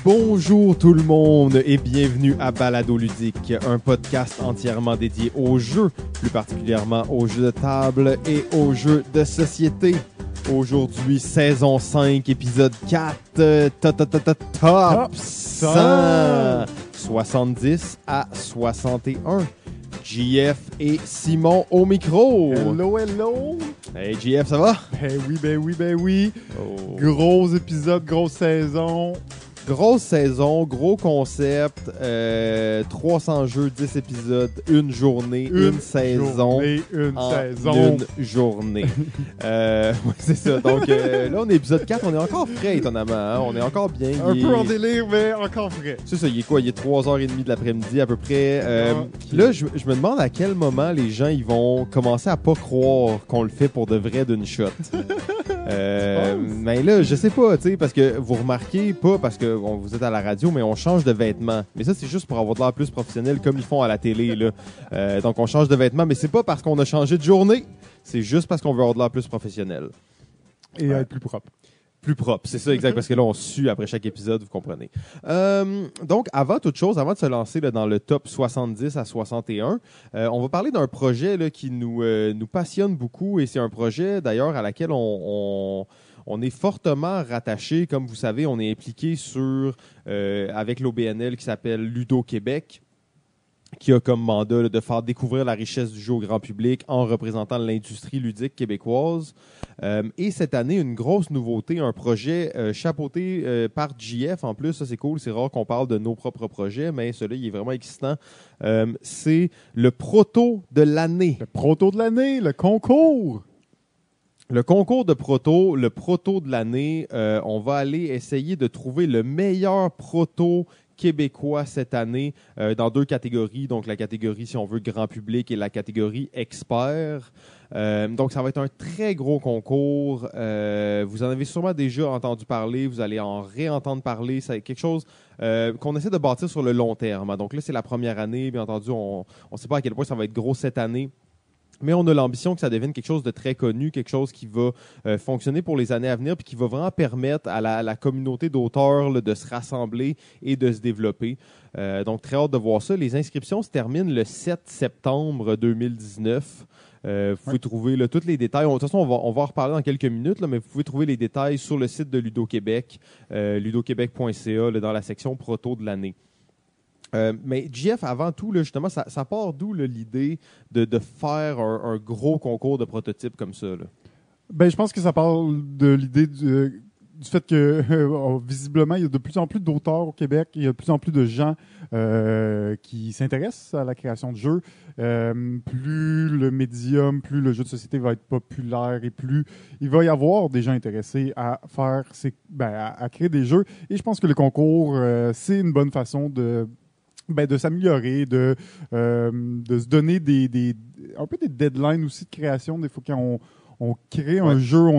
Bonjour tout le monde et bienvenue à Balado Ludique, un podcast entièrement dédié aux jeux, plus particulièrement aux jeux de table et aux jeux de société. Aujourd'hui, saison 5, épisode 4, top 100, 70 à 61. JF et Simon au micro. Hello, hello. Hey JF, ça va? Ben oui. Oh. Gros épisode, grosse saison. Grosse saison, gros concept, 300 jeux, 10 épisodes, une journée, une saison. Une journée. Ouais, c'est ça. Donc là, on est épisode 4, on est encore frais, étonnamment. Hein? On est encore bien. Un peu en délire, mais encore frais. C'est ça, il est quoi? Il est 3h30 de l'après-midi à peu près. Là, je me demande à quel moment les gens ils vont commencer à pas croire qu'on le fait pour de vrai d'une shot. Mais là, je sais pas, tu sais, parce que vous remarquez pas, parce que vous êtes à la radio, mais on change de vêtements. Mais ça, c'est juste pour avoir de l'air plus professionnel, comme ils font à la télé, là. Donc, on change de vêtements, mais c'est pas parce qu'on a changé de journée, c'est juste parce qu'on veut avoir de l'air plus professionnel. Et être plus propre. Plus propre, c'est ça, exact, parce que là, on sue après chaque épisode, vous comprenez. Donc, avant toute chose, avant de se lancer là, dans le top 70 à 61, on va parler d'un projet là, qui nous passionne beaucoup, et c'est un projet, d'ailleurs, à laquelle on est fortement rattaché. Comme vous savez, on est impliqué avec l'OBNL qui s'appelle Ludo Québec, qui a comme mandat là, de faire découvrir la richesse du jeu au grand public en représentant l'industrie ludique québécoise. Et cette année, une grosse nouveauté, un projet chapeauté par JF. En plus, ça c'est cool, c'est rare qu'on parle de nos propres projets, mais celui-là, il est vraiment excitant. C'est le proto de l'année. Le proto de l'année, le concours. Le concours de proto, le proto de l'année, on va aller essayer de trouver le meilleur proto québécois cette année dans deux catégories. Donc, la catégorie, si on veut, grand public et la catégorie expert. Donc, ça va être un très gros concours. Vous en avez sûrement déjà entendu parler. Vous allez en réentendre parler. C'est quelque chose qu'on essaie de bâtir sur le long terme. Donc là, c'est la première année. Bien entendu, on ne sait pas à quel point ça va être gros cette année. Mais on a l'ambition que ça devienne quelque chose de très connu, quelque chose qui va fonctionner pour les années à venir, puis qui va vraiment permettre à la communauté d'auteurs là, de se rassembler et de se développer. Donc, très hâte de voir ça. Les inscriptions se terminent le 7 septembre 2019. Vous pouvez trouver là, tous les détails. De toute façon, on va en reparler dans quelques minutes, là, mais vous pouvez trouver les détails sur le site de Ludo Québec, ludoquebec.ca, là, dans la section proto de l'année. Mais JF, avant tout, là, justement, ça part d'où là, l'idée de faire un gros concours de prototypes comme ça? Là? Ben, je pense que ça parle de l'idée du fait que visiblement, il y a de plus en plus d'auteurs au Québec, il y a de plus en plus de gens qui s'intéressent à la création de jeux. Plus le médium, plus le jeu de société va être populaire et plus il va y avoir des gens intéressés à faire à créer des jeux. Et je pense que le concours, c'est une bonne façon de s'améliorer, de se donner un peu des deadlines aussi de création. Des fois, quand on crée un jeu, on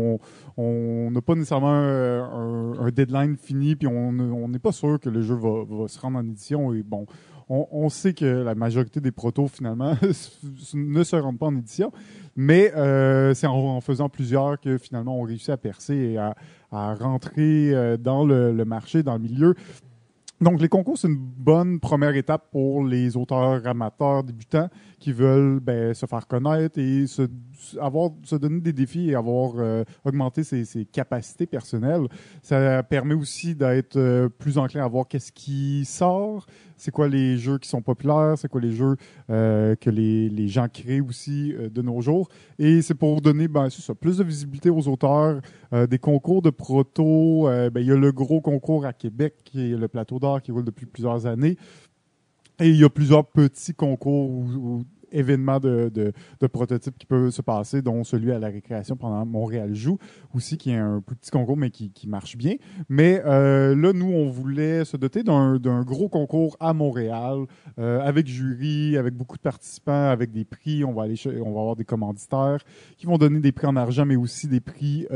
n'a pas nécessairement un deadline fini, puis on n'est pas sûr que le jeu va se rendre en édition. Et bon, on sait que la majorité des protos, finalement, ne se rendent pas en édition, mais c'est en faisant plusieurs que, finalement, on réussit à percer et à rentrer dans le marché, dans le milieu. Donc, les concours, c'est une bonne première étape pour les auteurs amateurs débutants qui veulent se faire connaître et se donner des défis et avoir augmenté ses capacités personnelles. Ça permet aussi d'être plus enclin à voir qu'est-ce qui sort, c'est quoi les jeux qui sont populaires, c'est quoi les jeux que les gens créent aussi de nos jours. Et c'est pour donner plus de visibilité aux auteurs, des concours de proto. Il y a le gros concours à Québec, qui est le Plateau d'Or, qui roule depuis plusieurs années. Et il y a plusieurs petits concours ou événements de prototypes qui peuvent se passer, dont celui à la récréation pendant Montréal Joue, aussi, qui est un plus petit concours, mais qui marche bien. Mais là, nous, on voulait se doter d'un gros concours à Montréal, avec jury, avec beaucoup de participants, avec des prix. On va avoir des commanditaires qui vont donner des prix en argent, mais aussi des prix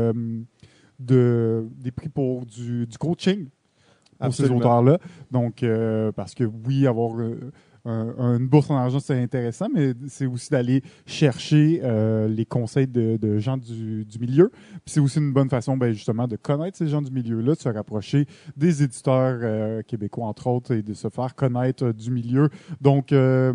des prix pour du coaching pour ces auteurs-là. Donc, parce que oui, une bourse en argent, c'est intéressant, mais c'est aussi d'aller chercher les conseils de gens du milieu. Puis c'est aussi une bonne façon, justement, de connaître ces gens du milieu-là, de se rapprocher des éditeurs québécois, entre autres, et de se faire connaître du milieu. Donc,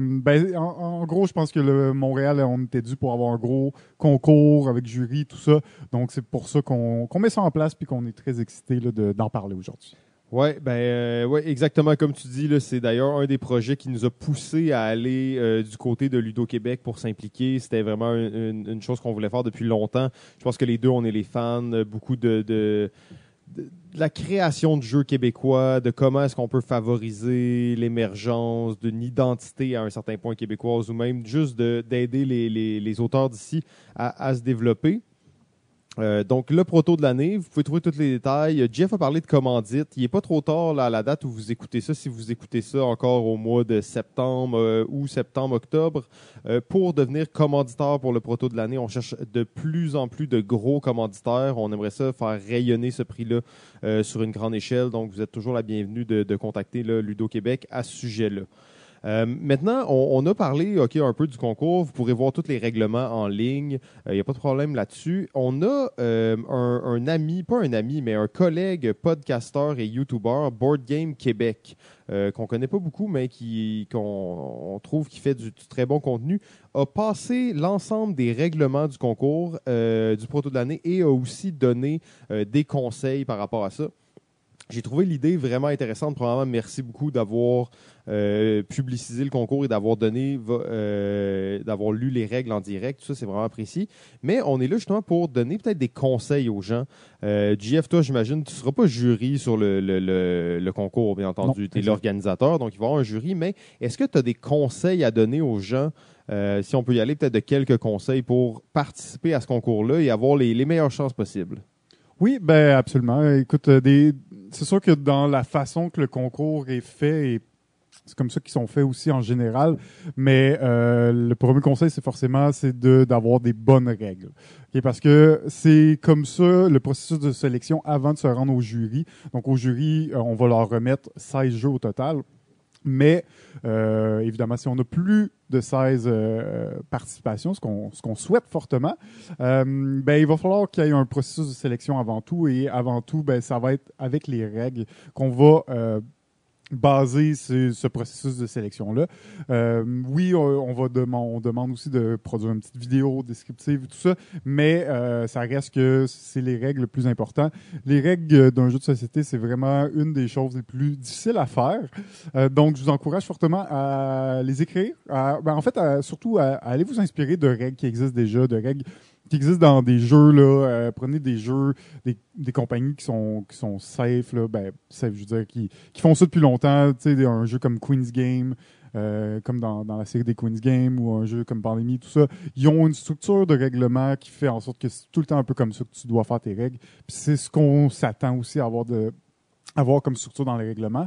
en gros, je pense que le Montréal, on était dû pour avoir un gros concours avec jury, tout ça. Donc, c'est pour ça qu'on met ça en place puis qu'on est très excité d'en parler aujourd'hui. Ouais, ouais, exactement comme tu dis, là, c'est d'ailleurs un des projets qui nous a poussé à aller du côté de Ludo Québec pour s'impliquer. C'était vraiment une chose qu'on voulait faire depuis longtemps. Je pense que les deux, on est les fans, beaucoup de la création de jeux québécois, de comment est-ce qu'on peut favoriser l'émergence d'une identité à un certain point québécoise ou même juste d'aider les auteurs d'ici à se développer. Donc, le proto de l'année, vous pouvez trouver tous les détails. Jeff a parlé de commandite. Il n'est pas trop tard là, à la date où vous écoutez ça, si vous écoutez ça encore au mois de septembre ou septembre-octobre. Pour devenir commanditaire pour le proto de l'année, on cherche de plus en plus de gros commanditaires. On aimerait ça faire rayonner ce prix-là sur une grande échelle. Donc, vous êtes toujours la bienvenue de contacter là, Ludo Québec à ce sujet-là. Maintenant, on a parlé un peu du concours. Vous pourrez voir tous les règlements en ligne. Il n'y a pas de problème là-dessus. On a un ami, pas un ami, mais un collègue podcasteur et YouTuber, Board Game Québec, qu'on connaît pas beaucoup, mais qu'on trouve qui fait du très bon contenu, a passé l'ensemble des règlements du concours du proto de l'année et a aussi donné des conseils par rapport à ça. J'ai trouvé l'idée vraiment intéressante. Premièrement, merci beaucoup d'avoir publicisé le concours et d'avoir d'avoir lu les règles en direct. Tout ça, c'est vraiment apprécié. Mais on est là justement pour donner peut-être des conseils aux gens. JF, toi, j'imagine, tu ne seras pas jury sur le concours, bien entendu. Tu es l'organisateur, donc il va y avoir un jury. Mais est-ce que tu as des conseils à donner aux gens? Si on peut y aller, peut-être de quelques conseils pour participer à ce concours-là et avoir les meilleures chances possibles. Oui, absolument. Écoute, c'est sûr que dans la façon que le concours est fait, et c'est comme ça qu'ils sont faits aussi en général, mais le premier conseil, c'est d'avoir des bonnes règles. Okay, parce que c'est comme ça le processus de sélection avant de se rendre au jury. Donc au jury, on va leur remettre 16 jeux au total. Mais évidemment, si on a plus de 16 participations, ce qu'on souhaite fortement, il va falloir qu'il y ait un processus de sélection avant tout. Et avant tout, ça va être avec les règles qu'on va baser ce processus de sélection-là. Oui, on demande aussi de produire une petite vidéo descriptive et tout ça, mais ça reste que c'est les règles les plus importantes. Les règles d'un jeu de société, c'est vraiment une des choses les plus difficiles à faire. Donc, je vous encourage fortement à les écrire. Surtout à aller vous inspirer de règles qui existent déjà, de règles qui existent dans des jeux là, prenez des jeux, des compagnies qui sont safe là, safe, je veux dire qui font ça depuis longtemps, tu sais, un jeu comme Queen's Game, comme dans la série des Queen's Game ou un jeu comme Pandémie, tout ça, ils ont une structure de règlement qui fait en sorte que c'est tout le temps un peu comme ça que tu dois faire tes règles. Puis c'est ce qu'on s'attend aussi à avoir comme structure dans les règlements.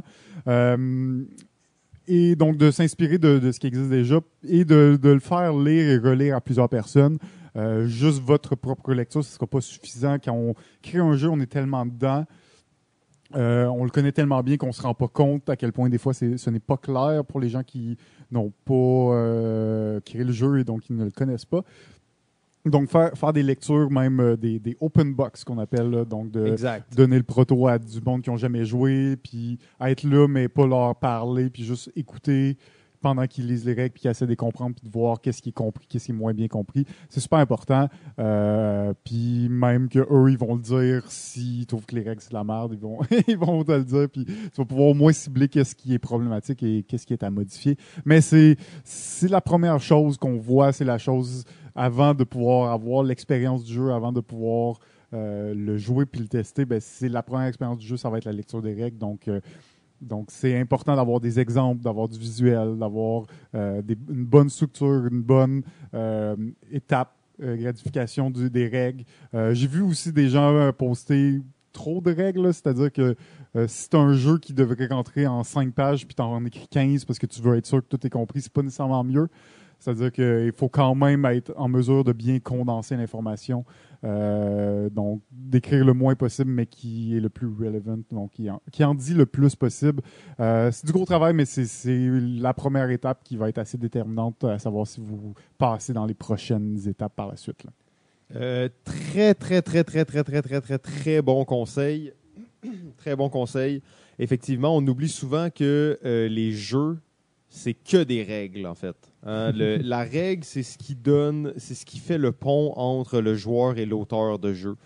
Et donc de s'inspirer de ce qui existe déjà et de le faire lire et relire à plusieurs personnes. Juste votre propre lecture, ce ne sera pas suffisant. Quand on crée un jeu, on est tellement dedans, on le connaît tellement bien qu'on ne se rend pas compte à quel point des fois ce n'est pas clair pour les gens qui n'ont pas créé le jeu et donc qui ne le connaissent pas. Donc, faire des lectures, même des open box qu'on appelle, là, donc donner le proto à du monde qui n'ont jamais joué, puis être là, mais pas leur parler, puis juste écouter pendant qu'ils lisent les règles, puis qu'ils essaient de les comprendre, puis de voir qu'est-ce qui est compris, qu'est-ce qui est moins bien compris. C'est super important. Puis même qu'eux, ils vont le dire s'ils trouvent que les règles, c'est de la merde, ils vont te le dire, puis tu vas pouvoir au moins cibler qu'est-ce qui est problématique et qu'est-ce qui est à modifier. Mais c'est la première chose qu'on voit, c'est la chose avant de pouvoir avoir l'expérience du jeu, avant de pouvoir le jouer puis le tester, c'est la première expérience du jeu, ça va être la lecture des règles. Donc, c'est important d'avoir des exemples, d'avoir du visuel, d'avoir une bonne structure, une bonne étape, gratification des règles. J'ai vu aussi des gens poster trop de règles, c'est-à-dire que si tu as un jeu qui devrait rentrer en 5 pages puis tu en écris 15 parce que tu veux être sûr que tout est compris, c'est pas nécessairement mieux. C'est-à-dire qu'il faut quand même être en mesure de bien condenser l'information. Donc, d'écrire le moins possible, mais qui est le plus relevant, donc qui en dit le plus possible. C'est du gros travail, mais c'est la première étape qui va être assez déterminante à savoir si vous passez dans les prochaines étapes par la suite, là. Très, très, très, très, très, très, très, très, très bon conseil. Très bon conseil. Effectivement, on oublie souvent que les jeux, c'est que des règles, en fait. Hein? La règle, c'est ce qui fait le pont entre le joueur et l'auteur de jeu.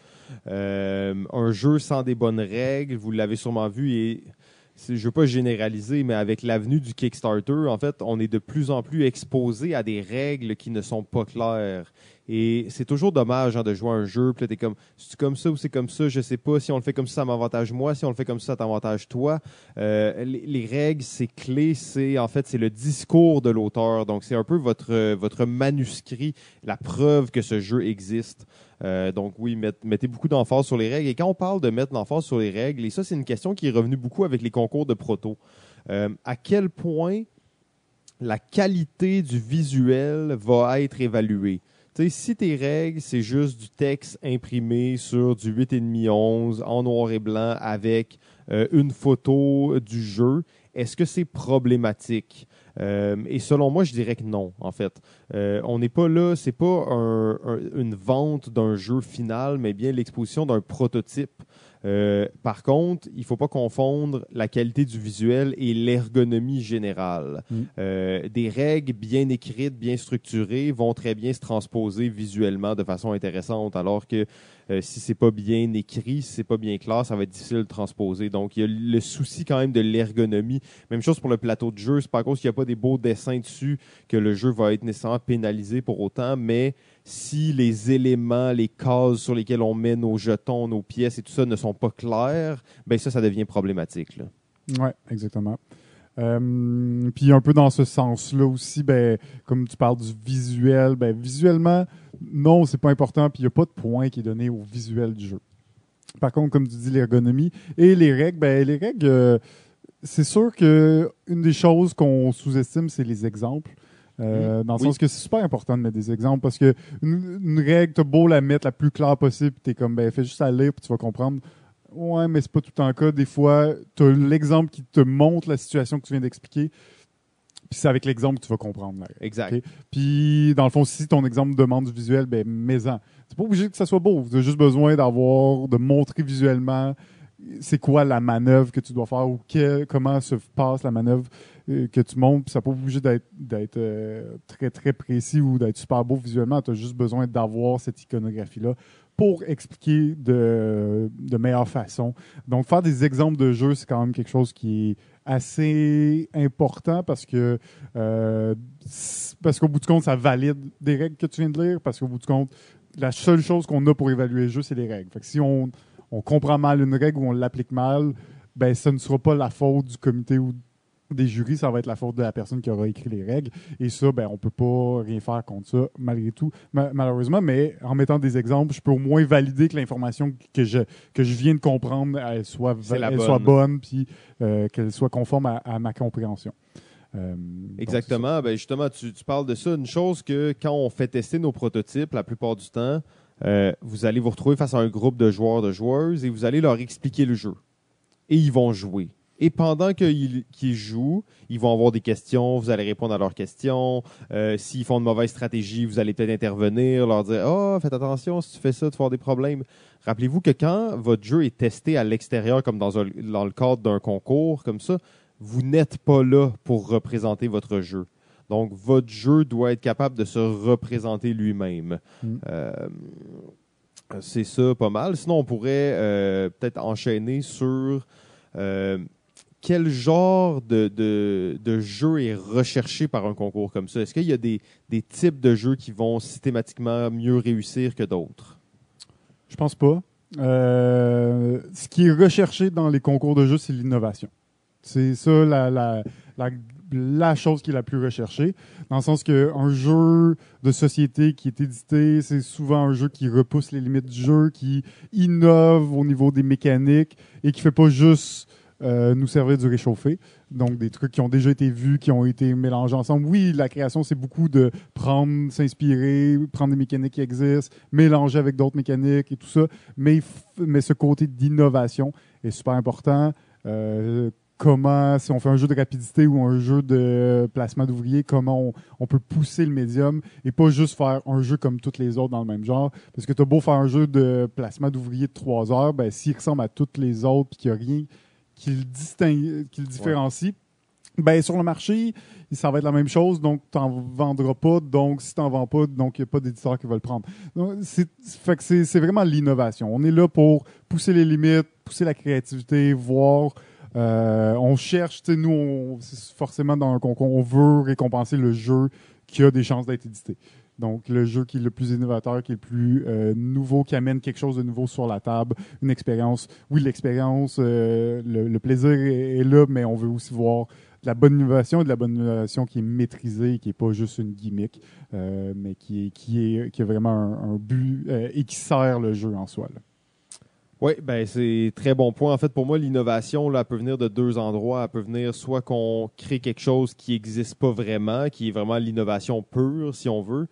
Un jeu sans des bonnes règles, vous l'avez sûrement vu, et je ne veux pas généraliser, mais avec l'avenue du Kickstarter, en fait, on est de plus en plus exposé à des règles qui ne sont pas claires. Et c'est toujours dommage de jouer à un jeu, puis là, t'es comme, c'est comme ça ou c'est comme ça, je sais pas. Si on le fait comme ça m'avantage moi. Si on le fait comme ça t'avantage toi. Les règles, c'est clé, c'est le discours de l'auteur. Donc, c'est un peu votre manuscrit, la preuve que ce jeu existe. Donc oui, mettez beaucoup d'emphase sur les règles. Et quand on parle de mettre l'emphase sur les règles, et ça, c'est une question qui est revenue beaucoup avec les concours de proto. À quel point la qualité du visuel va être évaluée? T'sais, si tes règles, c'est juste du texte imprimé sur du 8,5-11 en noir et blanc avec une photo du jeu, est-ce que c'est problématique? Et selon moi, je dirais que non, en fait. On n'est pas là, c'est pas une vente d'un jeu final, mais bien l'exposition d'un prototype. Par contre, il ne faut pas confondre la qualité du visuel et l'ergonomie générale. Des règles bien écrites, bien structurées vont très bien se transposer visuellement de façon intéressante, alors que si c'est pas bien écrit, si c'est pas bien clair, ça va être difficile de transposer. Donc, il y a le souci quand même de l'ergonomie. Même chose pour le plateau de jeu. C'est pas à cause qu'il n'y a pas des beaux dessins dessus que le jeu va être nécessairement pénalisé pour autant, mais si les éléments, les cases sur lesquelles on met nos jetons, nos pièces et tout ça ne sont pas clairs, ben ça devient problématique. Oui, exactement. Puis un peu dans ce sens-là aussi, ben, comme tu parles du visuel, ben, visuellement, non, c'est pas important, puis il n'y a pas de point qui est donné au visuel du jeu. Par contre, comme tu dis, l'ergonomie et les règles, c'est sûr que une des choses qu'on sous-estime, c'est les exemples. Dans le sens que c'est super important de mettre des exemples parce que une règle, t'as beau la mettre la plus claire possible, puis t'es comme, ben, fais juste à lire, puis tu vas comprendre. Ouais, mais c'est pas tout le temps le cas. Des fois, t'as l'exemple qui te montre la situation que tu viens d'expliquer, puis c'est avec l'exemple que tu vas comprendre. Là. Exact. Okay? Puis, dans le fond, si ton exemple demande du visuel, ben, mets-en. C'est pas obligé que ça soit beau. Tu as juste besoin de montrer visuellement c'est quoi la manœuvre que tu dois faire ou comment se passe la manœuvre que tu montes. Puis ça n'est pas obligé d'être très, très précis ou d'être super beau visuellement. Tu as juste besoin d'avoir cette iconographie-là pour expliquer de meilleure façon. Donc, faire des exemples de jeux, c'est quand même quelque chose qui est assez important parce qu'au bout du compte, ça valide des règles que tu viens de lire, parce qu'au bout du compte, la seule chose qu'on a pour évaluer le jeu, c'est les règles. Fait que si on comprend mal une règle ou on l'applique mal, ben ça ne sera pas la faute du comité ou des jurys, ça va être la faute de la personne qui aura écrit les règles. Et ça, ben on peut pas rien faire contre ça, malgré tout, malheureusement. Mais en mettant des exemples, je peux au moins valider que l'information que je viens de comprendre, elle soit bonne, puis qu'elle soit conforme à ma compréhension. Exactement. Ben justement, tu parles de ça. Une chose que quand on fait tester nos prototypes, la plupart du temps, vous allez vous retrouver face à un groupe de joueurs, de joueuses, et vous allez leur expliquer le jeu. Et ils vont jouer. Et pendant qu'ils jouent, ils vont avoir des questions, vous allez répondre à leurs questions. S'ils font une mauvaise stratégie, vous allez peut-être intervenir, leur dire « Oh, faites attention, si tu fais ça, tu vas avoir des problèmes. » Rappelez-vous que quand votre jeu est testé à l'extérieur, comme dans le cadre d'un concours, comme ça, vous n'êtes pas là pour représenter votre jeu. Donc, votre jeu doit être capable de se représenter lui-même. C'est ça, pas mal. Sinon, on pourrait peut-être enchaîner sur quel genre de jeu est recherché par un concours comme ça. Est-ce qu'il y a des types de jeux qui vont systématiquement mieux réussir que d'autres? Je pense pas. Ce qui est recherché dans les concours de jeux, c'est l'innovation. C'est ça la chose qui est la plus recherchée, dans le sens qu'un jeu de société qui est édité, c'est souvent un jeu qui repousse les limites du jeu, qui innove au niveau des mécaniques et qui fait pas juste nous servir du réchauffé. Donc, des trucs qui ont déjà été vus, qui ont été mélangés ensemble. Oui, la création, c'est beaucoup de prendre, s'inspirer, prendre des mécaniques qui existent, mélanger avec d'autres mécaniques et tout ça. Mais ce côté d'innovation est super important. Comment, si on fait un jeu de rapidité ou un jeu de placement d'ouvriers, comment on peut pousser le médium et pas juste faire un jeu comme tous les autres dans le même genre. Parce que tu as beau faire un jeu de placement d'ouvriers de 3 heures, ben, s'il ressemble à tous les autres et qu'il n'y a rien qui le distingue, qui le différencie, ben, sur le marché, ça va être la même chose, donc tu n'en vendras pas. Donc, si tu n'en vends pas, donc il n'y a pas d'éditeur qui va le prendre. Donc, c'est vraiment l'innovation. On est là pour pousser les limites, pousser la créativité, voir. On cherche, tu sais, nous, forcément, dans un concours, on veut récompenser le jeu qui a des chances d'être édité. Donc, le jeu qui est le plus innovateur, qui est le plus nouveau, qui amène quelque chose de nouveau sur la table, une expérience. Oui, l'expérience, le plaisir est là, mais on veut aussi voir de la bonne innovation et de la bonne innovation qui est maîtrisée, qui n'est pas juste une gimmick, mais qui a vraiment un but et qui sert le jeu en soi, là. Oui, ben c'est très bon point. En fait, pour moi, l'innovation, là, elle peut venir de deux endroits. Elle peut venir soit qu'on crée quelque chose qui n'existe pas vraiment, qui est vraiment l'innovation pure, si on veut.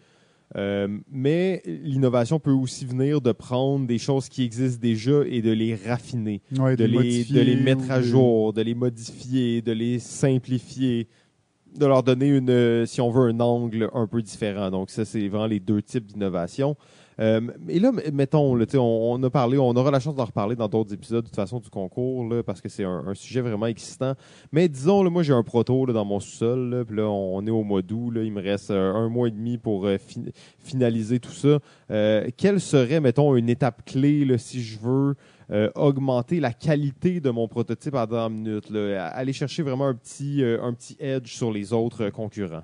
Mais l'innovation peut aussi venir de prendre des choses qui existent déjà et de les raffiner, Ouais, de les mettre à jour, de les modifier, de les simplifier, de leur donner si on veut, un angle un peu différent. Donc ça, c'est vraiment les deux types d'innovation. Et là, mettons, là, on a parlé, on aura la chance d'en reparler dans d'autres épisodes de toute façon du concours, là, parce que c'est un sujet vraiment excitant. Mais disons, là, moi j'ai un proto là, dans mon sous-sol, là, puis là on est au mois d'août, là, il me reste un mois et demi pour finaliser tout ça. Quelle serait, mettons, une étape clé là, si je veux augmenter la qualité de mon prototype à dans minute, là, aller chercher vraiment un petit edge sur les autres concurrents?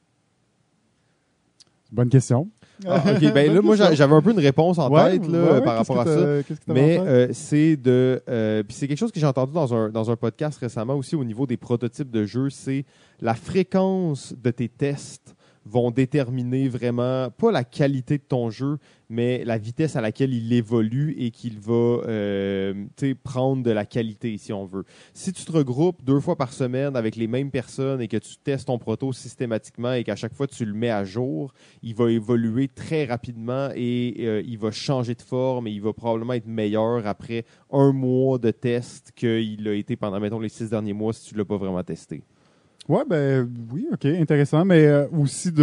Bonne question. Ah, OK, ben là, moi, j'avais un peu une réponse en tête là, par rapport à ça. Mais c'est puis c'est quelque chose que j'ai entendu dans un podcast récemment aussi au niveau des prototypes de jeux, c'est la fréquence de tes tests vont déterminer vraiment, pas la qualité de ton jeu, mais la vitesse à laquelle il évolue et qu'il va prendre de la qualité, si on veut. Si tu te regroupes 2 fois par semaine avec les mêmes personnes et que tu testes ton proto systématiquement et qu'à chaque fois tu le mets à jour, il va évoluer très rapidement et il va changer de forme et il va probablement être meilleur après un mois de test qu'il a été pendant, mettons, les 6 derniers mois si tu ne l'as pas vraiment testé. Ouais, ben oui, OK, intéressant, mais aussi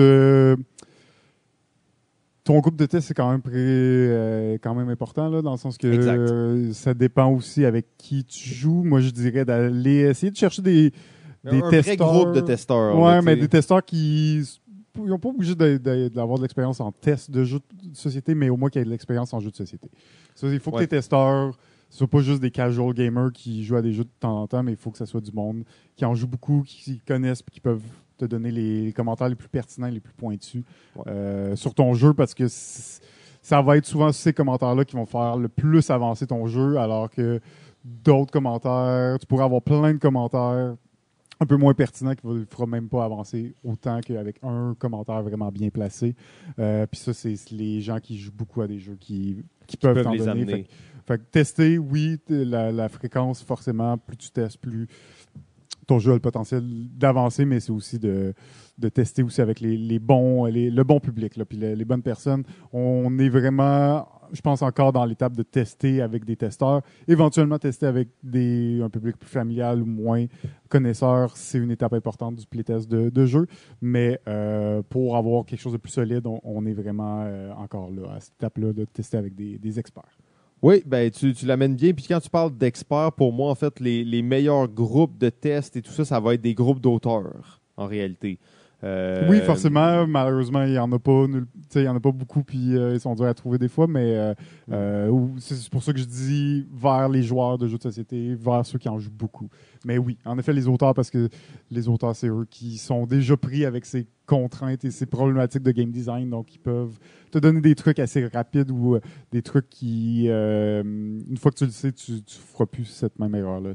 ton groupe de test, c'est quand même important, là, dans le sens que ça dépend aussi avec qui tu joues. Moi, je dirais d'aller essayer de chercher des un testeurs. Vrai groupe de testeurs. Ouais, là, mais des testeurs qui n'ont pas obligé d'avoir de l'expérience en test de jeu de société, mais au moins qu'ils aient de l'expérience en jeu de société. Ça, il faut que tes testeurs ne soient pas juste des casual gamers qui jouent à des jeux de temps en temps, mais il faut que ça soit du monde qui en joue beaucoup, qui connaissent et qui peuvent te donner les commentaires les plus pertinents, les plus pointus sur ton jeu, parce que ça va être souvent ces commentaires-là qui vont faire le plus avancer ton jeu, alors que d'autres commentaires, tu pourrais avoir plein de commentaires un peu moins pertinents qui ne fera même pas avancer autant qu'avec un commentaire vraiment bien placé. Puis ça, c'est les gens qui jouent beaucoup à des jeux qui peuvent t'en les donner. amener. Fait que tester, oui, la fréquence, forcément, plus tu testes, plus ton jeu a le potentiel d'avancer, mais c'est aussi de tester aussi avec le bon public, là, puis les bonnes personnes. On est vraiment, je pense, encore dans l'étape de tester avec des testeurs. Éventuellement, tester avec un public plus familial ou moins connaisseur, c'est une étape importante du playtest de jeu. Mais pour avoir quelque chose de plus solide, on est vraiment encore là, à cette étape-là de tester avec des experts. Oui, ben tu l'amènes bien. Puis quand tu parles d'experts, pour moi, en fait, les meilleurs groupes de tests et tout ça, ça va être des groupes d'auteurs, en réalité. Oui, forcément. Malheureusement, il n'y en a pas. Il y en a pas beaucoup, puis ils sont durs à trouver des fois. Mais c'est pour ça que je dis vers les joueurs de jeux de société, vers ceux qui en jouent beaucoup. Mais oui, en effet, les auteurs, parce que les auteurs, c'est eux qui sont déjà pris avec ces contraintes et ces problématiques de game design. Donc, ils peuvent te donner des trucs assez rapides ou des trucs qui, une fois que tu le sais, tu ne feras plus cette même erreur-là. T'sais.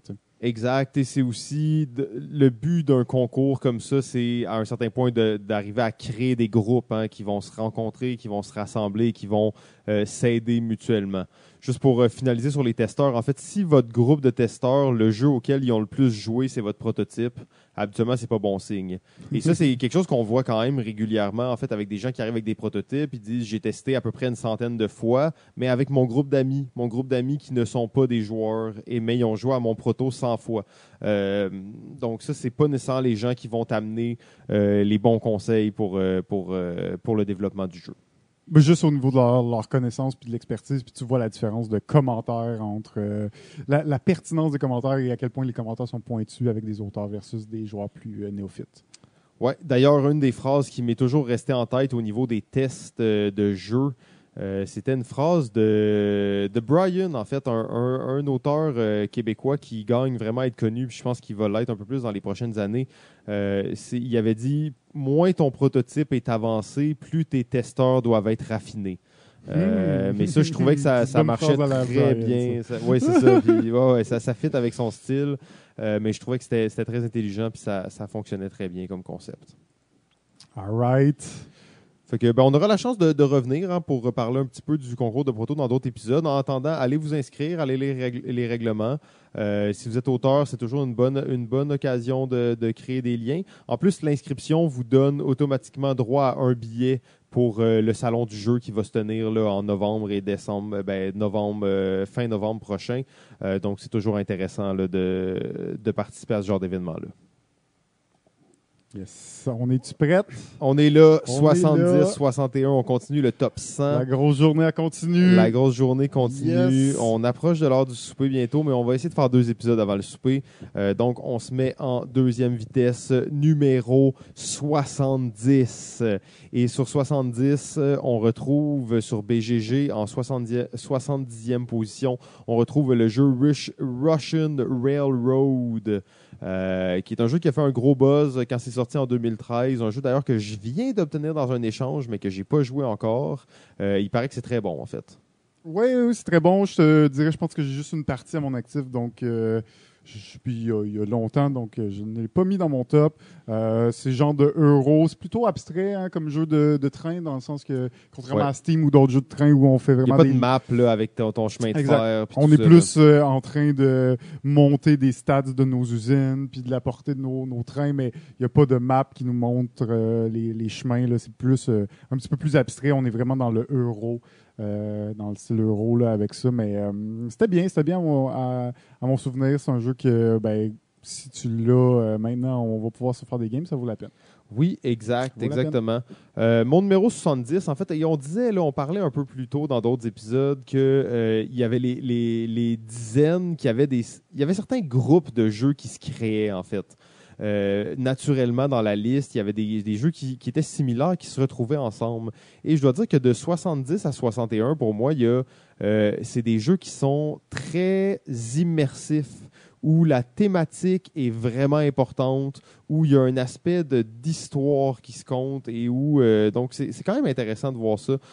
Exact. Et c'est aussi le but d'un concours comme ça, c'est à un certain point d'arriver à créer des groupes qui vont se rencontrer, qui vont se rassembler, qui vont s'aider mutuellement. Juste pour finaliser sur les testeurs, en fait, si votre groupe de testeurs, le jeu auquel ils ont le plus joué, c'est votre prototype, habituellement, c'est pas bon signe. Et ça, c'est quelque chose qu'on voit quand même régulièrement, en fait, avec des gens qui arrivent avec des prototypes, ils disent, j'ai testé à peu près une centaine de fois, mais avec mon groupe d'amis qui ne sont pas des joueurs, mais ils ont joué à mon proto 100 fois. Donc ça, c'est pas nécessairement les gens qui vont t'amener les bons conseils pour le développement du jeu. Mais juste au niveau de leur connaissance puis de l'expertise, puis tu vois la différence de commentaires entre la pertinence des commentaires et à quel point les commentaires sont pointus avec des auteurs versus des joueurs plus néophytes. Ouais, d'ailleurs, une des phrases qui m'est toujours restée en tête au niveau des tests de jeu, c'était une phrase de Brian, en fait, un auteur québécois qui gagne vraiment à être connu, puis je pense qu'il va l'être un peu plus dans les prochaines années. Il avait dit « Moins ton prototype est avancé, plus tes testeurs doivent être raffinés. » Mais ça, je trouvais que ça marchait très bien. Oui, c'est ça. Puis, ça fit avec son style. Mais je trouvais que c'était très intelligent puis ça fonctionnait très bien comme concept. All right. Fait que, on aura la chance de revenir pour reparler un petit peu du concours de proto dans d'autres épisodes. En attendant, allez vous inscrire, allez lire les règlements. Si vous êtes auteur, c'est toujours une bonne occasion de créer des liens. En plus, l'inscription vous donne automatiquement droit à un billet pour le salon du jeu qui va se tenir là, en novembre et décembre, fin novembre prochain. Donc, c'est toujours intéressant là, de participer à ce genre d'événement-là. Yes. On est-tu prête? On est là, 70, 61. On continue le top 100. La grosse journée continue. La grosse journée continue. Yes. On approche de l'heure du souper bientôt, mais on va essayer de faire 2 épisodes avant le souper. Donc, on se met en deuxième vitesse, numéro 70. Et sur 70, on retrouve sur BGG, en 70e position, on retrouve le jeu Russian Railroad. Qui est un jeu qui a fait un gros buzz quand c'est sorti en 2013. Un jeu d'ailleurs que je viens d'obtenir dans un échange, mais que j'ai pas joué encore. Il paraît que c'est très bon, en fait. Oui, c'est très bon. Je te dirais, je pense que j'ai juste une partie à mon actif, donc puis il y a longtemps, donc je ne l'ai pas mis dans mon top. C'est genre de euro. C'est plutôt abstrait comme jeu de train, dans le sens que, contrairement à Steam ou d'autres jeux de train où on fait vraiment il n'y a pas de map là, avec ton chemin de fer. On est plus en train de monter des stats de nos usines, puis de la portée de nos trains, mais il n'y a pas de map qui nous montre les chemins. Là. C'est plus un petit peu plus abstrait. On est vraiment dans le euro. Dans le style euro là, avec ça, mais c'était bien à mon souvenir. C'est un jeu que si tu l'as maintenant, on va pouvoir se faire des games, ça vaut la peine. Oui, exactement. Mon numéro 70, en fait, et on parlait un peu plus tôt dans d'autres épisodes que il y avait les dizaines, il y avait certains groupes de jeux qui se créaient, en fait. Naturellement, dans la liste, il y avait des jeux qui étaient similaires, qui se retrouvaient ensemble. Et je dois dire que de 70 à 61, pour moi, c'est des jeux qui sont très immersifs, où la thématique est vraiment importante, où il y a un aspect d'histoire qui se compte et où donc c'est quand même intéressant de voir ça.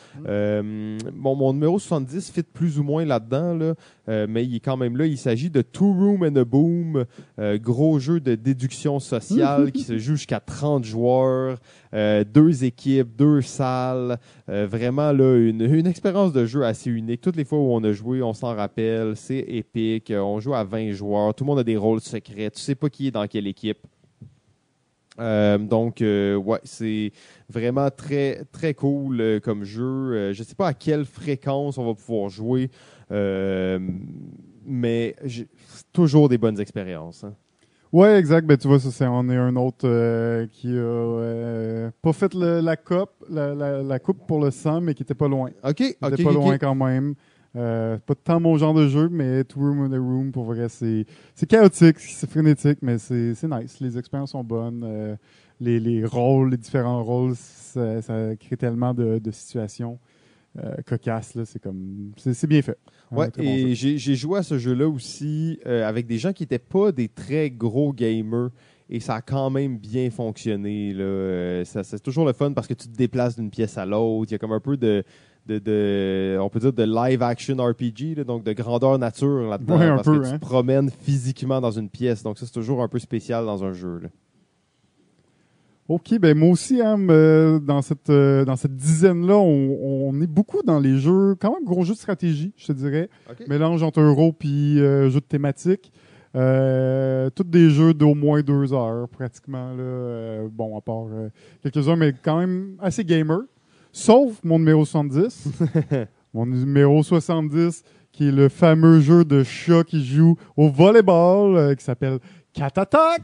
Mon numéro 70 fit plus ou moins là-dedans, là, mais il est quand même là. Il s'agit de Two Room and a Boom, gros jeu de déduction sociale qui se joue jusqu'à 30 joueurs, 2 équipes, 2 salles, vraiment là une expérience de jeu assez unique. Toutes les fois où on a joué, on s'en rappelle, c'est épique. On joue à 20 joueurs, tout le monde a des rôles secrets, tu sais pas qui est dans quelle équipe. Donc, c'est vraiment très, très cool comme jeu. Je ne sais pas à quelle fréquence on va pouvoir jouer, mais toujours des bonnes expériences. Hein. Ouais, exact. Ben, tu vois, ça, on est un autre qui a pas fait la coupe pour le 100, mais qui était pas loin. OK. Loin quand même. Pas tant mon genre de jeu, mais Two Room in a Room, pour vrai, c'est chaotique, c'est frénétique, mais c'est nice. Les expériences sont bonnes. Les rôles, les différents rôles, ça crée tellement de situations cocasses. Là, c'est bien fait. Ouais, et bon j'ai joué à ce jeu-là aussi avec des gens qui n'étaient pas des très gros gamers. Et ça a quand même bien fonctionné. Là. C'est toujours le fun parce que tu te déplaces d'une pièce à l'autre. Il y a comme un peu de on peut dire de live action RPG, là, donc de grandeur nature là-dedans, Ouais, un parce peu, que tu hein. te promènes physiquement dans une pièce. Donc ça, c'est toujours un peu spécial dans un jeu, là. OK, ben moi aussi, hein, dans cette dizaine-là, on est beaucoup dans les jeux, quand même gros jeux de stratégie, je te dirais. OK. Mélange entre euro puis jeux de thématique. Tous des jeux d'au moins 2 heures, pratiquement. Là, bon, à part quelques-uns, mais quand même assez gamer. Sauf mon numéro 70. Mon numéro 70, qui est le fameux jeu de chat qui joue au volleyball, qui s'appelle Cat Attack.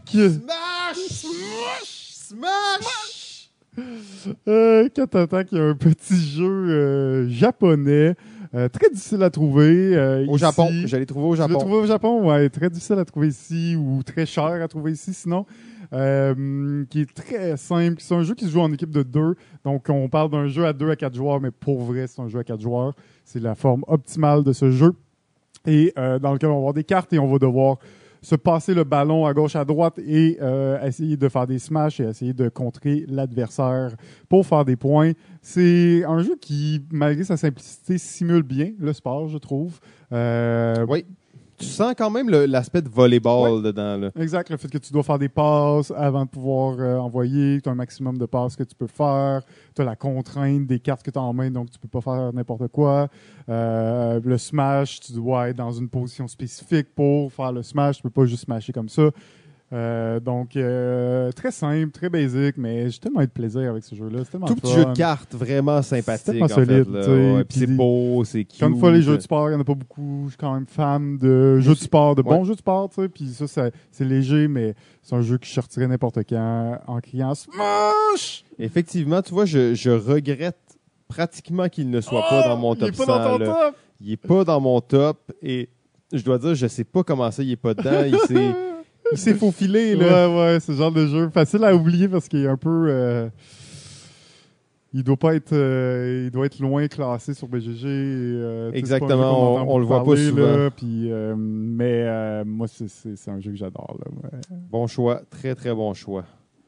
Smash! Cat Attack, il y a un petit jeu japonais, très difficile à trouver. Au ici. Japon. Je l'ai trouvé au Tu l'as Japon. trouvé au Japon, ouais, très difficile à trouver ici ou très cher à trouver ici sinon. Qui est très simple. C'est un jeu qui se joue en équipe de 2. Donc, on parle d'un jeu à 2 à 4 joueurs, mais pour vrai, c'est un jeu à 4 joueurs. C'est la forme optimale de ce jeu. Et dans lequel on va avoir des cartes et on va devoir se passer le ballon à gauche, à droite et essayer de faire des smashs et essayer de contrer l'adversaire pour faire des points. C'est un jeu qui, malgré sa simplicité, simule bien le sport, je trouve. Oui. Tu sens quand même l'aspect de volleyball dedans, là. Exact, le fait que tu dois faire des passes avant de pouvoir envoyer, tu as un maximum de passes que tu peux faire, tu as la contrainte des cartes que tu as en main, donc tu peux pas faire n'importe quoi. Le smash, tu dois être dans une position spécifique pour faire le smash, tu peux pas juste smasher comme ça. Donc, très simple, très basique, mais j'ai tellement eu de plaisir avec ce jeu-là. C'est tellement Tout fun. petit jeu de cartes, vraiment sympathique. C'est tellement en fait, solide, là. tu sais, Ouais, puis c'est puis beau, c'est cute. Comme une fois, les jeux de sport, il n'y en a pas beaucoup. Je suis quand même fan de jeux de sport, de bons Ouais. jeux de sport, tu sais. Puis ça, c'est léger, mais c'est un jeu que je sortirais n'importe quand en criant Smash! Effectivement, tu vois, je regrette pratiquement qu'il ne soit pas dans mon top Il est pas 100. dans ton là. top! Il est pas dans mon top et je dois dire, je sais pas comment ça, il est pas dedans. Il s'est faufilé, là. Ouais, c'est le genre de jeu facile à oublier parce qu'il est un peu. Il doit pas être. Il doit être loin classé sur BGG. Exactement, on le voit pas souvent. Là, puis, mais moi, c'est un jeu que j'adore. Là, ouais. Bon choix, très très bon choix.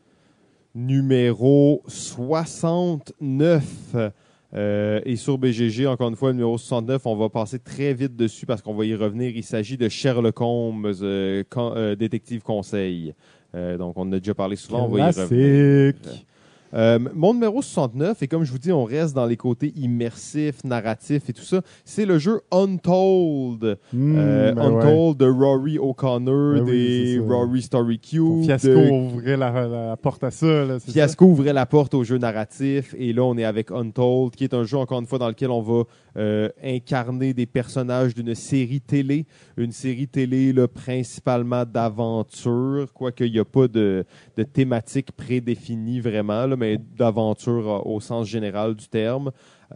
Numéro 69. Et sur BGG, encore une fois, le numéro 69, on va passer très vite dessus parce qu'on va y revenir. Il s'agit de Sherlock Holmes, détective conseil. Donc, on en a déjà parlé souvent, on va y revenir. Mon numéro 69, et comme je vous dis, on reste dans les côtés immersifs, narratifs et tout ça, c'est le jeu Untold. Untold de Rory O'Connor, des Rory Story Cube. Fiasco ouvrait la porte à ça. Là, Fiasco ouvrait la porte au jeu narratif, et là, on est avec Untold, qui est un jeu, encore une fois, dans lequel on va incarner des personnages d'une série télé. Une série télé là, principalement d'aventure, quoique il n'y a pas de thématique prédéfinie vraiment, là, mais d'aventure au sens général du terme.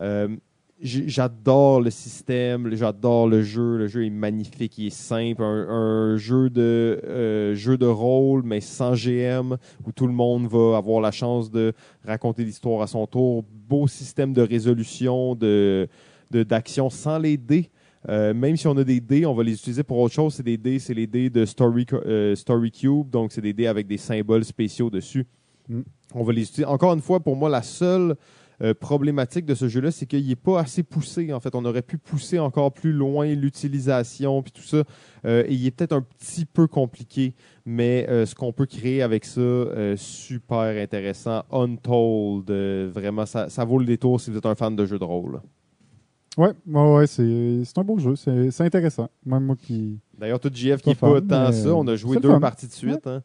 J'adore le système, j'adore le jeu est magnifique, il est simple, un jeu de rôle, mais sans GM, où tout le monde va avoir la chance de raconter l'histoire à son tour. Beau système de résolution, d'action sans les dés. Même si on a des dés, on va les utiliser pour autre chose. C'est les dés de Story Cube, donc c'est des dés avec des symboles spéciaux dessus. On va les utiliser. Encore une fois, pour moi, la seule problématique de ce jeu-là, c'est qu'il n'est pas assez poussé. En fait, on aurait pu pousser encore plus loin l'utilisation puis tout ça. Et il est peut-être un petit peu compliqué, mais ce qu'on peut créer avec ça, super intéressant. Untold, vraiment, ça vaut le détour si vous êtes un fan de jeux de rôle. Ouais, c'est un beau jeu, c'est intéressant. Même moi qui. D'ailleurs, tout JF qui n'est pas tant ça, on a joué 2 parties de suite. Ouais. Hein.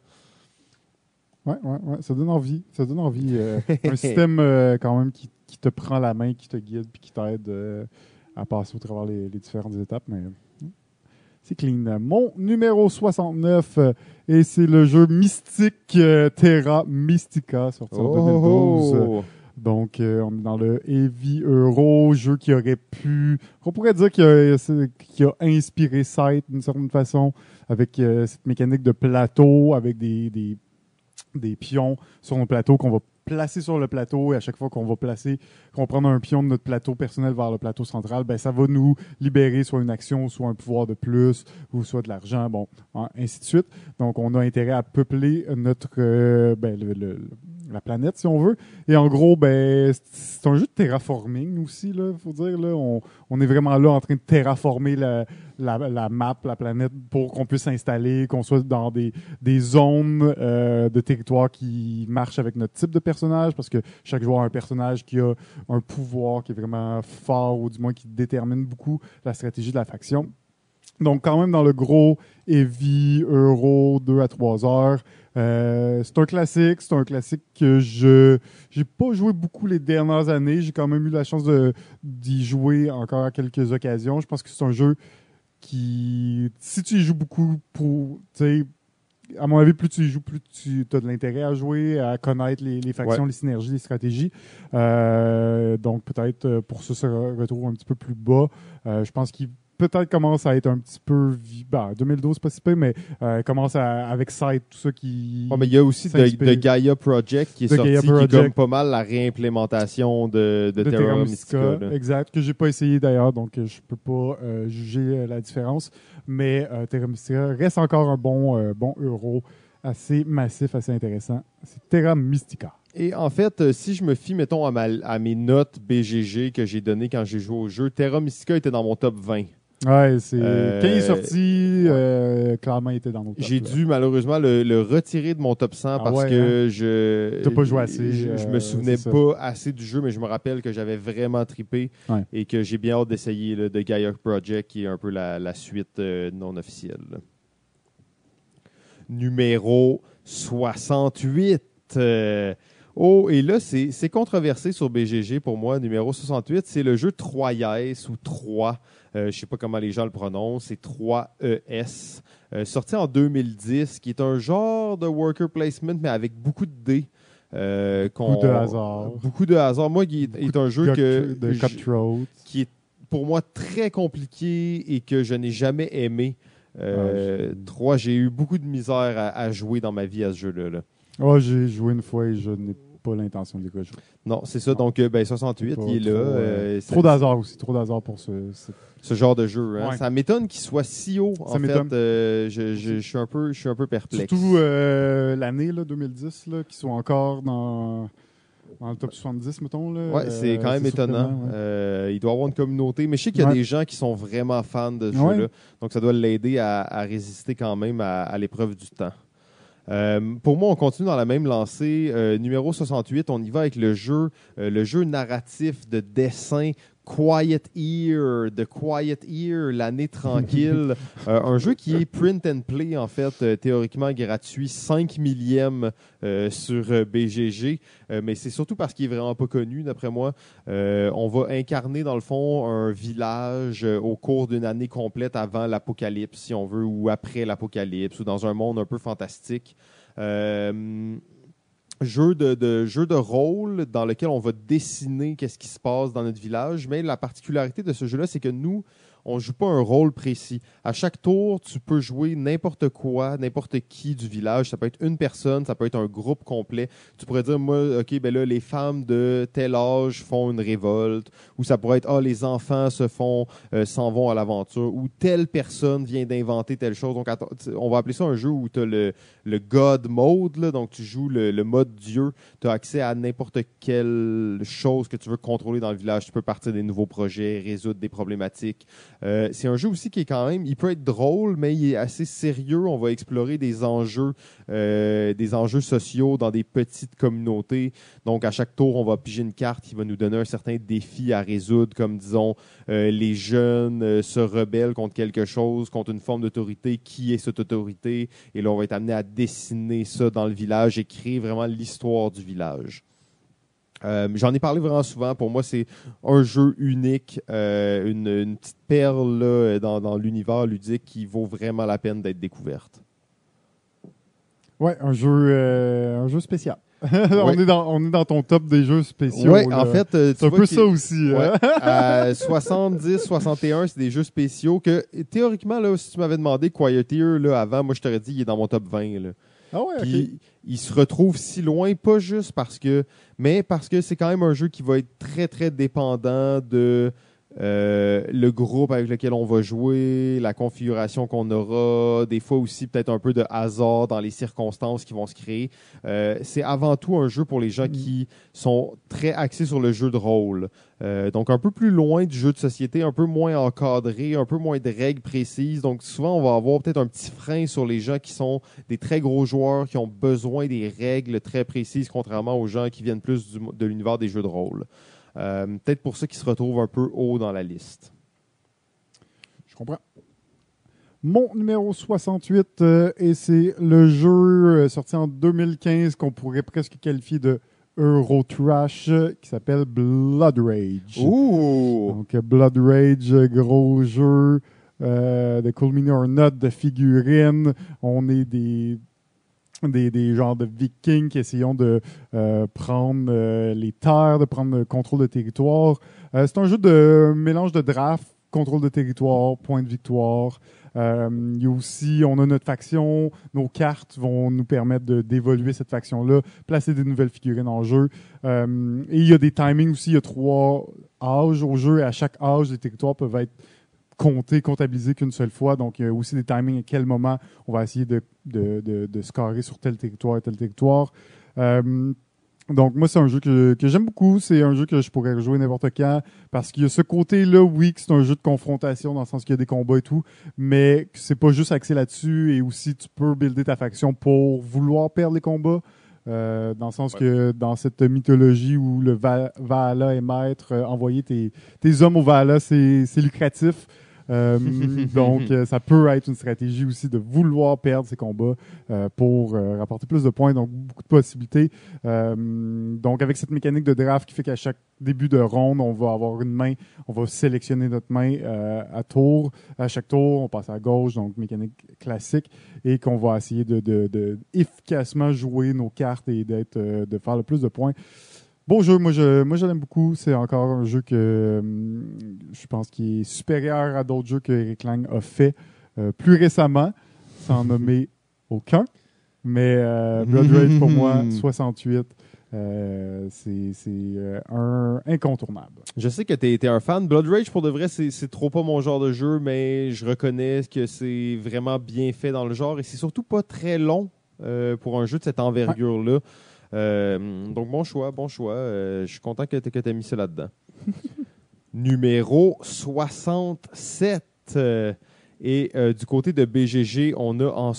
Ouais, ça donne envie. Ça donne envie. Un système quand même qui te prend la main, qui te guide puis qui t'aide à passer au travers les différentes étapes. Mais c'est clean. Mon numéro 69, et c'est le jeu Mystique Terra Mystica, sorti en 2012. Donc, on est dans le Heavy Euro, jeu qui aurait pu... On pourrait dire qui a inspiré Scythe d'une certaine façon, avec cette mécanique de plateau, avec des pions sur un plateau qu'on va placer sur le plateau, et à chaque fois qu'on va prendre un pion de notre plateau personnel vers le plateau central, ben ça va nous libérer soit une action, soit un pouvoir de plus, ou soit de l'argent, bon, ainsi de suite. Donc, on a intérêt à peupler notre la planète, si on veut. Et en gros, ben, c'est un jeu de terraforming aussi, là, faut dire. Là. On est vraiment là en train de terraformer la map, la planète, pour qu'on puisse s'installer, qu'on soit dans des zones de territoire qui marchent avec notre type de personnage, parce que chaque joueur a un personnage qui a un pouvoir qui est vraiment fort, ou du moins qui détermine beaucoup la stratégie de la faction. Donc, quand même, dans le gros heavy euro 2 à 3 heures. C'est un classique. C'est un classique que j'ai pas joué beaucoup les dernières années. J'ai quand même eu la chance d'y jouer encore à quelques occasions. Je pense que c'est un jeu qui, si tu y joues beaucoup, tu sais, à mon avis, plus tu y joues, plus tu as de l'intérêt à jouer, à connaître les factions, les synergies, les stratégies. Donc, peut-être pour ça, se retrouve un petit peu plus bas. Je pense qu'il peut-être commence à être un petit peu... 2012, c'est pas si peu, mais commence avec Scythe, tout ça qui... mais il y a aussi de Gaia Project qui est sorti, qui est comme pas mal la réimplémentation de Terra Mystica. Exact, que j'ai pas essayé d'ailleurs, donc je peux pas juger la différence. Mais Terra Mystica reste encore un bon euro assez massif, assez intéressant. C'est Terra Mystica. Et en fait, si je me fie, mettons, à mes notes BGG que j'ai données quand j'ai joué au jeu, Terra Mystica était dans mon top 20. Ouais, c'est quand il est sorti, clairement, il était dans mon top. J'ai dû malheureusement le retirer de mon top 100 parce que t'as pas joué assez. Je me souvenais pas assez du jeu, mais je me rappelle que j'avais vraiment trippé et que j'ai bien hâte d'essayer le de Gaia Project, qui est un peu la suite non officielle. Numéro 68. Et là, c'est controversé sur BGG pour moi. Numéro 68, c'est le jeu Troyes ou 3. Je ne sais pas comment les gens le prononcent. C'est 3ES. Sorti en 2010, qui est un genre de worker placement, mais avec beaucoup de dés. Beaucoup de hasard. Beaucoup de hasard. Moi, qui est un jeu qui est pour moi très compliqué et que je n'ai jamais aimé. 3, j'ai eu beaucoup de misère à jouer dans ma vie à ce jeu-là. J'ai joué une fois et je n'ai pas l'intention d'y rejouer. Non, c'est ça. Donc, 68, il est là. Trop d'hasard aussi. Trop d'hasard pour ce genre de jeu. Hein. Ouais. Ça m'étonne qu'il soit si haut. En fait, je suis un peu perplexe. Surtout l'année 2010, là, qui sont encore dans le top 70, mettons. Oui, c'est quand même étonnant. Il doit y avoir une communauté. Mais je sais qu'il y a des gens qui sont vraiment fans de ce jeu-là. Donc, ça doit l'aider à résister quand même à l'épreuve du temps. Pour moi, on continue dans la même lancée. Numéro 68, on y va avec le jeu narratif de dessin Quiet Year, The Quiet Year, l'année tranquille. Un jeu qui est print and play, en fait, théoriquement gratuit, 5 millième sur BGG, mais c'est surtout parce qu'il est vraiment pas connu, d'après moi. On va incarner, dans le fond, un village au cours d'une année complète avant l'apocalypse, si on veut, ou après l'apocalypse, ou dans un monde un peu fantastique. Jeu de rôle dans lequel on va dessiner qu'est-ce qui se passe dans notre village, mais la particularité de ce jeu-là, c'est que nous, on ne joue pas un rôle précis. À chaque tour, tu peux jouer n'importe quoi, n'importe qui du village. Ça peut être une personne, ça peut être un groupe complet. Tu pourrais dire, moi, OK, ben là, les femmes de tel âge font une révolte. Ou ça pourrait être, les enfants s'en vont à l'aventure. Ou telle personne vient d'inventer telle chose. Donc, on va appeler ça un jeu où tu as le God Mode. Là, donc, tu joues le mode Dieu. Tu as accès à n'importe quelle chose que tu veux contrôler dans le village. Tu peux partir des nouveaux projets, résoudre des problématiques. C'est un jeu aussi qui est quand même, il peut être drôle, mais il est assez sérieux. On va explorer des enjeux sociaux dans des petites communautés. Donc, à chaque tour, on va piger une carte qui va nous donner un certain défi à résoudre, comme, disons, les jeunes se rebellent contre quelque chose, contre une forme d'autorité. Qui est cette autorité? Et là, on va être amené à dessiner ça dans le village et créer vraiment l'histoire du village. J'en ai parlé vraiment souvent. Pour moi, c'est un jeu unique, une petite perle là, dans l'univers ludique qui vaut vraiment la peine d'être découverte. Ouais, un jeu spécial. On est dans ton top des jeux spéciaux. Oui, en fait, c'est un peu ça aussi. Ouais. 70, 61, c'est des jeux spéciaux que, théoriquement, là, si tu m'avais demandé Quiet Year là, avant, moi, je t'aurais dit il est dans mon top 20. Là. Ah ouais, Puis, il se retrouve si loin, pas juste parce que c'est quand même un jeu qui va être très, très dépendant de le groupe avec lequel on va jouer, la configuration qu'on aura, des fois aussi peut-être un peu de hasard dans les circonstances qui vont se créer. C'est avant tout un jeu pour les gens qui sont très axés sur le jeu de rôle. Donc un peu plus loin du jeu de société, un peu moins encadré, un peu moins de règles précises. Donc souvent, on va avoir peut-être un petit frein sur les gens qui sont des très gros joueurs, qui ont besoin des règles très précises, contrairement aux gens qui viennent plus de l'univers des jeux de rôle. Peut-être pour ça qu'ils se retrouvent un peu haut dans la liste. Je comprends. Mon numéro 68, et c'est le jeu sorti en 2015 qu'on pourrait presque qualifier de Eurotrash, qui s'appelle Blood Rage. Ouh! Donc, Blood Rage, gros jeu de Cool Mini or Not, de figurines. On est des genres de vikings qui essayons de prendre les terres, de prendre le contrôle de territoire. C'est un jeu de mélange de draft, contrôle de territoire, point de victoire. Il y a aussi, on a notre faction, nos cartes vont nous permettre d'évoluer cette faction-là, placer des nouvelles figurines en jeu. Et il y a des timings aussi, il y a 3 âges au jeu, et à chaque âge, les territoires peuvent être comptabilisés qu'une seule fois. Donc, il y a aussi des timings à quel moment on va essayer de scorer sur tel territoire et tel territoire. Donc, moi, c'est un jeu que j'aime beaucoup. C'est un jeu que je pourrais rejouer n'importe quand parce qu'il y a ce côté-là, oui, que c'est un jeu de confrontation dans le sens qu'il y a des combats et tout, mais que c'est pas juste axé là-dessus et aussi tu peux builder ta faction pour vouloir perdre les combats. Dans le sens que dans cette mythologie où le Valhalla est maître, envoyer tes hommes au Valhalla, c'est lucratif. Donc, ça peut être une stratégie aussi de vouloir perdre ces combats pour rapporter plus de points, donc beaucoup de possibilités. Donc, avec cette mécanique de draft qui fait qu'à chaque début de ronde, on va avoir une main, on va sélectionner notre main à tour. À chaque tour, on passe à gauche, donc mécanique classique, et qu'on va essayer de efficacement jouer nos cartes et de faire le plus de points. Beau jeu, moi je l'aime beaucoup. C'est encore un jeu que je pense qui est supérieur à d'autres jeux que Eric Lang a fait plus récemment, sans nommer aucun. Mais Blood Rage pour moi, 68, c'est un incontournable. Je sais que t'es un fan. Blood Rage, pour de vrai, c'est trop pas mon genre de jeu, mais je reconnais que c'est vraiment bien fait dans le genre et c'est surtout pas très long pour un jeu de cette envergure-là. Ouais. Donc, bon choix. Je suis content que tu aies mis ça là-dedans. Numéro 67. Et du côté de BGG, on a en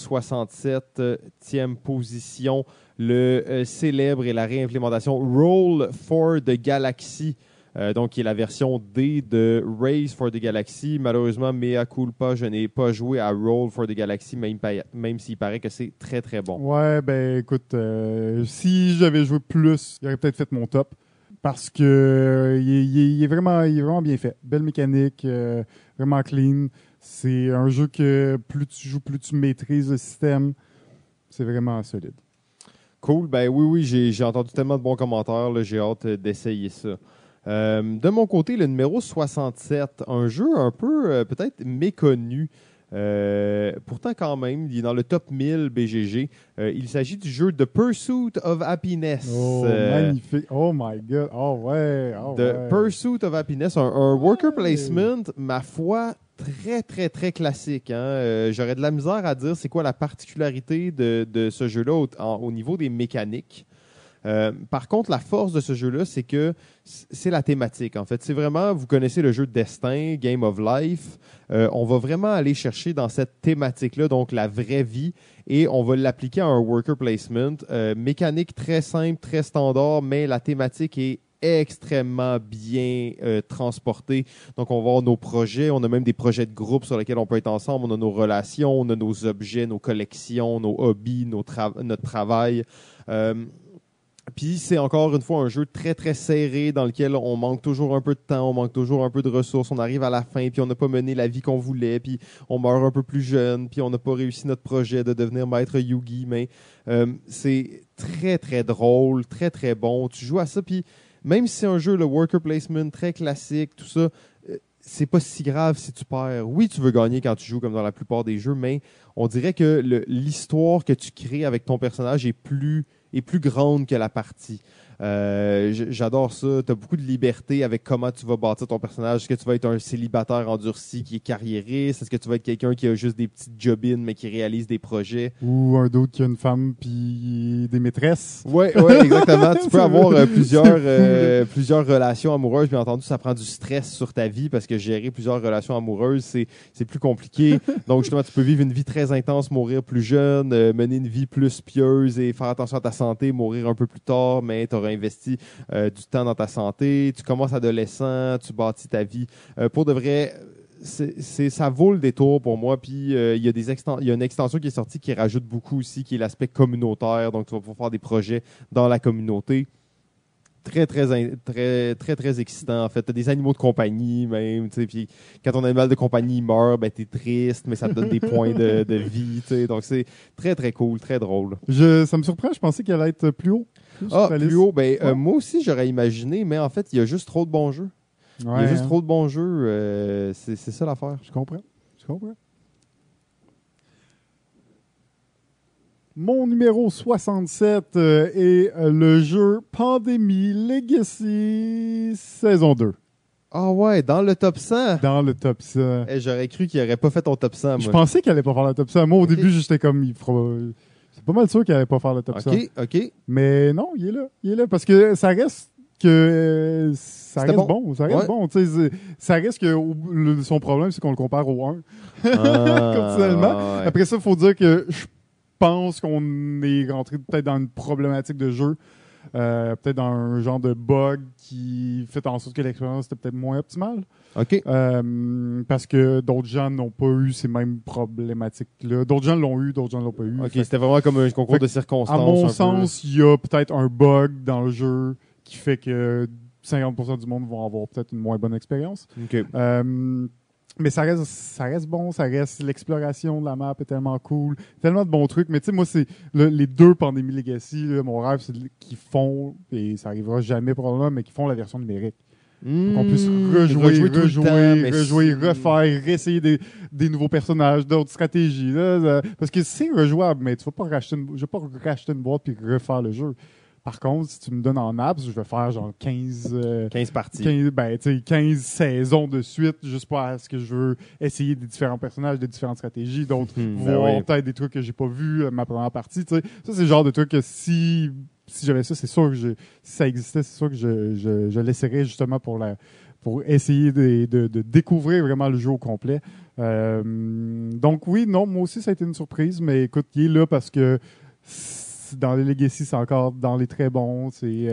67e position le célèbre et la réimplémentation Roll for the Galaxy. Donc, qui est la version D de Race for the Galaxy. Malheureusement, mea culpa, je n'ai pas joué à Roll for the Galaxy, même s'il paraît que c'est très, très bon. Ouais, ben écoute, si j'avais joué plus, il aurait peut-être fait mon top. Parce que il est vraiment bien fait. Belle mécanique, vraiment clean. C'est un jeu que plus tu joues, plus tu maîtrises le système. C'est vraiment solide. Cool. Ben oui, j'ai entendu tellement de bons commentaires. Là, j'ai hâte d'essayer ça. De mon côté, le numéro 67, un jeu un peu peut-être méconnu. Pourtant, quand même, il est dans le top 1000 BGG. Il s'agit du jeu The Pursuit of Happiness. Oh, magnifique. Oh my God. Oh ouais. The Pursuit of Happiness, un worker placement, ma foi, très, très, très classique. Hein? J'aurais de la misère à dire c'est quoi la particularité de ce jeu-là au niveau des mécaniques. Par contre, la force de ce jeu-là, c'est que c'est la thématique. En fait, c'est vraiment, vous connaissez le jeu Destin, Game of Life. On va vraiment aller chercher dans cette thématique-là, donc la vraie vie, et on va l'appliquer à un worker placement. Mécanique très simple, très standard, mais la thématique est extrêmement bien transportée. Donc, on va avoir nos projets. On a même des projets de groupe sur lesquels on peut être ensemble. On a nos relations, on a nos objets, nos collections, nos hobbies, notre travail. Puis c'est encore une fois un jeu très très serré dans lequel on manque toujours un peu de temps, on manque toujours un peu de ressources, on arrive à la fin puis on n'a pas mené la vie qu'on voulait, puis on meurt un peu plus jeune, puis on n'a pas réussi notre projet de devenir maître Yugi, mais c'est très très drôle, très très bon. Tu joues à ça, puis même si c'est un jeu, le worker placement très classique, tout ça, c'est pas si grave si tu perds. Oui, tu veux gagner quand tu joues comme dans la plupart des jeux, mais on dirait que l'histoire que tu crées avec ton personnage est plus grande que la partie. J'adore ça. Tu as beaucoup de liberté avec comment tu vas bâtir ton personnage. Est-ce que tu vas être un célibataire endurci qui est carriériste? Est-ce que tu vas être quelqu'un qui a juste des petites jobines mais qui réalise des projets? Ou un d'autre qui a une femme puis des maîtresses. Ouais, exactement. Tu peux avoir plusieurs relations amoureuses. Bien entendu, ça prend du stress sur ta vie parce que gérer plusieurs relations amoureuses, c'est plus compliqué. Donc, justement, tu peux vivre une vie très intense, mourir plus jeune, mener une vie plus pieuse et faire attention à ta santé, mourir un peu plus tard, mais tu auras investi du temps dans ta santé. Tu commences adolescent, tu bâtis ta vie. Pour de vrai, ça vaut le détour pour moi. Puis il y a une extension qui est sortie qui rajoute beaucoup aussi, qui est l'aspect communautaire. Donc, tu vas pouvoir faire des projets dans la communauté. Très excitant. En fait, tu as des animaux de compagnie même. Puis quand ton animal de compagnie meurt, ben, tu es triste, mais ça te donne des points de vie. T'sais. Donc, c'est très cool, très drôle. Ça me surprend, je pensais qu'elle allait être plus haut. Plus haut. Ben, moi aussi, j'aurais imaginé, mais en fait, il y a juste trop de bons jeux. Ouais, il y a juste trop de bons jeux. C'est ça l'affaire. Je comprends. Mon numéro 67 est le jeu Pandémie Legacy saison 2. Ah ouais, dans le top 100. Dans le top 100. J'aurais cru qu'il n'aurait pas fait ton top 100. Moi. Je pensais qu'elle allait pas faire le top 100. Moi, au début, j'étais comme, c'est pas mal sûr qu'elle allait pas faire le top 100. OK. Mais non, il est là. Parce que ça reste que ça reste bon. Ça reste bon. Ça reste que son problème, c'est qu'on le compare au 1. Continuellement. Ouais. Après ça, il faut dire que je pense qu'on est rentré peut-être dans une problématique de jeu. Peut-être dans un genre de bug qui fait en sorte que l'expérience était peut-être moins optimale. OK. Parce que d'autres gens n'ont pas eu ces mêmes problématiques-là. D'autres gens l'ont eu, d'autres gens ne l'ont pas eu. OK, c'était vraiment comme un concours de circonstances. À mon sens, il y a peut-être un bug dans le jeu qui fait que 50% du monde vont avoir peut-être une moins bonne expérience. OK. Mais ça reste bon, ça reste l'exploration de la map est tellement cool, tellement de bons trucs. Mais tu sais, moi, c'est les deux Pandémie Legacy, là, mon rêve, c'est qu'ils font, et ça arrivera jamais probablement, mais qu'ils font la version numérique. Qu'on puisse rejouer, refaire, réessayer des nouveaux personnages, d'autres stratégies. Là, parce que c'est rejouable, mais tu vas pas racheter je vais pas racheter une boîte puis refaire le jeu. Par contre, si tu me donnes en apps, je vais faire genre 15 parties. 15 saisons de suite, juste parce que je veux essayer des différents personnages, des différentes stratégies, d'autres voir peut-être des trucs que j'ai pas vus ma première partie. T'sais. Ça, c'est le genre de truc que si j'avais ça, c'est sûr que si ça existait, c'est sûr que je l'essaierais justement pour essayer de découvrir vraiment le jeu au complet. Donc oui, non, moi aussi, ça a été une surprise, mais écoute, il est là parce que dans les Legacy, c'est encore dans les très bons.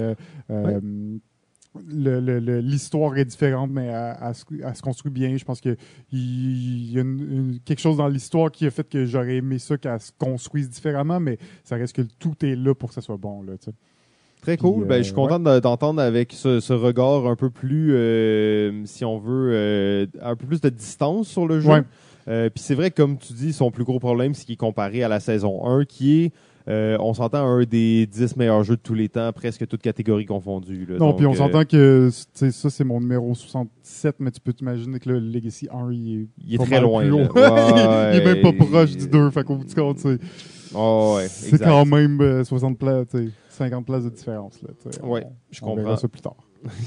L'histoire est différente, mais elle se construit bien. Je pense qu'il y a quelque chose dans l'histoire qui a fait que j'aurais aimé ça qu'elle se construise différemment, mais ça reste que tout est là pour que ça soit bon. Là, t'sais. Très cool. Je suis content d'entendre avec ce regard un peu plus, si on veut, un peu plus de distance sur le jeu. Ouais. Puis c'est vrai, comme tu dis, son plus gros problème, c'est qu'il est comparé à la saison 1, qui est on s'entend un des 10 meilleurs jeux de tous les temps, presque toutes catégories confondues. Là. Non, puis on s'entend que ça, c'est mon numéro 67, mais tu peux t'imaginer que le Legacy 1, il est très loin. Il est même pas proche du 2, fait qu'au bout du compte, c'est quand même 60 places, 50 places de différence. Là, je comprends. On verra ça plus tard.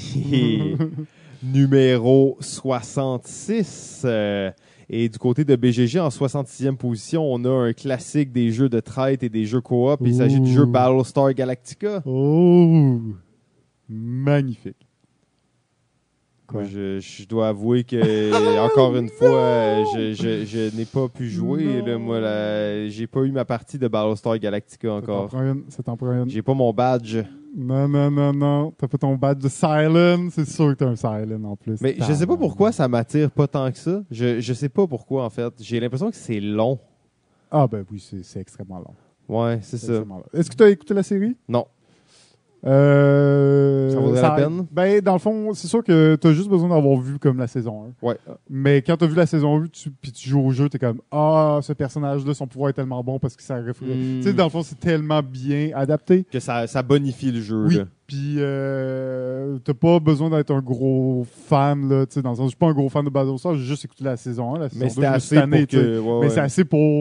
Numéro 66. Et du côté de BGG, en 66e position, on a un classique des jeux de traite et des jeux coop. Il s'agit du jeu Battlestar Galactica. Oh! Magnifique. Moi, je dois avouer que, encore une fois, je n'ai pas pu jouer. Là, moi, j'ai pas eu ma partie de Battlestar Galactica encore. Ça t'en prend une. J'ai pas mon badge. Non. T'as pas ton badge de Silent. C'est sûr que t'as un Silent en plus. Mais je sais pas pourquoi ça m'attire pas tant que ça. Je sais pas pourquoi, en fait. J'ai l'impression que c'est long. Ah ben oui, c'est extrêmement long. Ouais, c'est ça. Est-ce que tu as écouté la série? Non. Ça vaudrait la peine? Ben, dans le fond, c'est sûr que tu as juste besoin d'avoir vu comme la saison 1. Ouais. Mais quand tu as vu la saison 1 puis tu joues au jeu, tu es comme ce personnage-là, son pouvoir est tellement bon parce que ça reflète. Tu sais, dans le fond, c'est tellement bien adapté. Que ça bonifie le jeu. Oui. Là. Puis, t'as pas besoin d'être un gros fan, là, tu sais, dans le sens, je suis pas un gros fan de Battlestar, j'ai juste écouté la saison 1, la saison 2, mais c'était assez pour que... mais c'est assez pour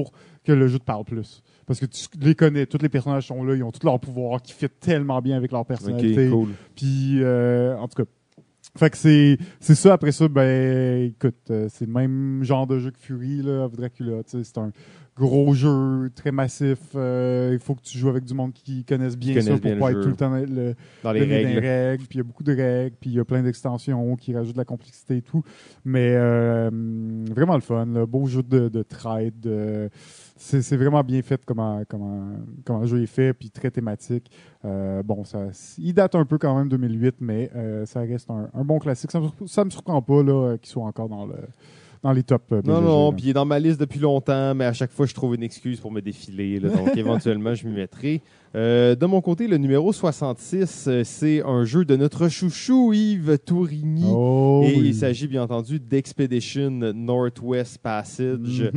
que le jeu te parle plus. Parce que tu les connais, tous les personnages sont là, ils ont tous leurs pouvoirs qui fit tellement bien avec leur personnalité. Ok, cool. Puis, en tout cas, fait que c'est ça. Après ça, ben, écoute, c'est le même genre de jeu que Fury, là, of Dracula. Tu sais, c'est un gros jeu, très massif. Il faut que tu joues avec du monde qui connaissent bien ça pour pas être tout le temps dans les règles. règles. Puis il y a beaucoup de règles, puis il y a plein d'extensions qui rajoutent de la complexité et tout. Mais vraiment le fun, là, beau jeu de trade. C'est vraiment bien fait comment le jeu est fait, puis très thématique. Bon, il date un peu quand même 2008, mais ça reste un bon classique. Ça me surprend pas là qu'il soit encore dans les top BGG. Non, puis il est dans ma liste depuis longtemps, mais à chaque fois, je trouve une excuse pour me défiler. Là, donc, éventuellement, je m'y mettrai. De mon côté, le numéro 66, c'est un jeu de notre chouchou Yves Tourigny. Oh, et oui. il s'agit, bien entendu, d'Expedition Northwest Passage.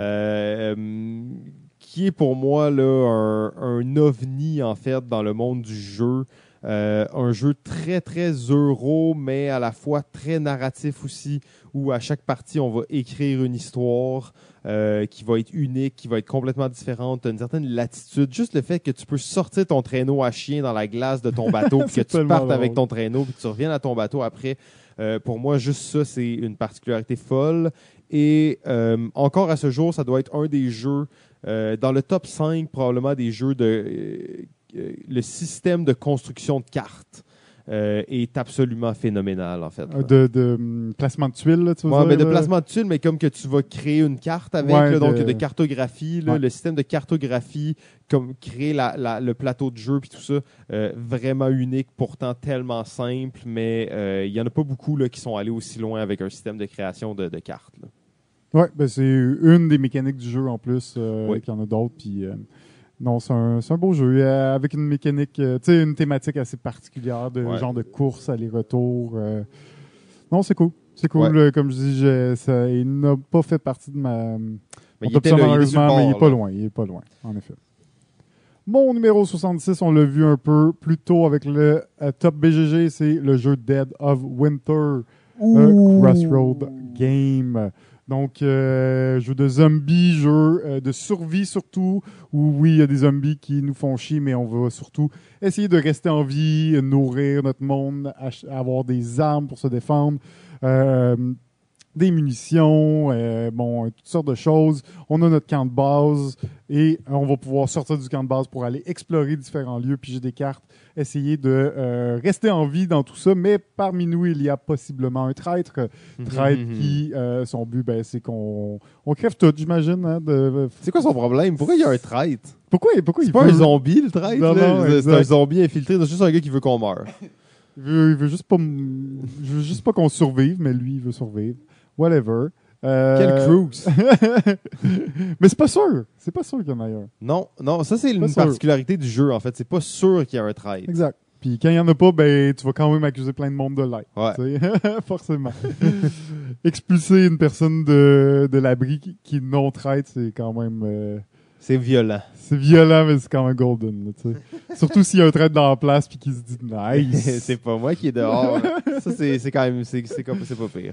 Qui est pour moi là, un ovni, en fait, dans le monde du jeu. Un jeu très, très euro, mais à la fois très narratif aussi, où à chaque partie, on va écrire une histoire qui va être unique, qui va être complètement différente. Tu as une certaine latitude. Juste le fait que tu peux sortir ton traîneau à chien dans la glace de ton bateau, puis que tu partes drôle. avec ton traîneau, puis que tu reviennes à ton bateau après. Pour moi, juste ça, c'est une particularité folle. Et encore à ce jour, ça doit être un des jeux, dans le top 5 probablement des jeux le système de construction de cartes est absolument phénoménal, en fait. De placement de tuiles, là, tu veux dire, De là? placement de tuiles, mais comme que tu vas créer une carte avec, Ouais, là, donc de cartographie, là, Ouais. le système de cartographie, comme créer le plateau de jeu, puis tout ça, vraiment unique, pourtant tellement simple, mais il n'y en a pas beaucoup là, qui sont allés aussi loin avec un système de création de cartes. Là. Ouais, ben c'est une des mécaniques du jeu en plus, Oui. qu'il y en a d'autres, puis non, c'est un beau jeu avec une mécanique, tu sais, une thématique assez particulière de Ouais. genre de course, aller-retour. Non, c'est cool. C'est cool. Ouais. Comme je dis, il n'a pas fait partie de ma Mais mon il top était 100, là, il était sur le malheureusement, mais il est bord, pas là. loin. Il est pas loin, en effet. Mon numéro 66, on l'a vu un peu plus tôt avec le top BGG, c'est le jeu Dead of Winter, Crossroad Game. Donc, jeu de zombies, jeu de survie surtout, où oui, il y a des zombies qui nous font chier, mais on va surtout essayer de rester en vie, nourrir notre monde, avoir des armes pour se défendre, des munitions, toutes sortes de choses. On a notre camp de base et on va pouvoir sortir du camp de base pour aller explorer différents lieux, piger des cartes, essayer de rester en vie dans tout ça. Mais parmi nous, il y a possiblement un traître. Qui, son but, c'est qu'on crève tout, j'imagine. Hein, C'est quoi son problème? Pourquoi il y a un traître? Pourquoi C'est il pas veut... un zombie, le traître? Non, là? non, C'est exact. un zombie infiltré, c'est juste un gars qui veut qu'on meure. Il veut juste pas, je veux juste pas qu'on survive, mais lui, il veut survivre. Whatever. Quel cruise! Mais c'est pas sûr. C'est pas sûr qu'il y en a un. Non, ça c'est une sûr. particularité du jeu, en fait. C'est pas sûr qu'il y a un traître. Exact. Puis quand il y en a pas, ben tu vas quand même accuser plein de monde de l'être. Ouais. Tu sais. Forcément. Expulser une personne de l'abri qui non traite, c'est quand même... C'est violent. c'est violent, mais c'est quand même golden. Là, tu sais. Surtout s'il y a un traître dans la place puis qu'il se dit nice. C'est pas moi qui est dehors. là. Ça, c'est quand même... C'est pas pire.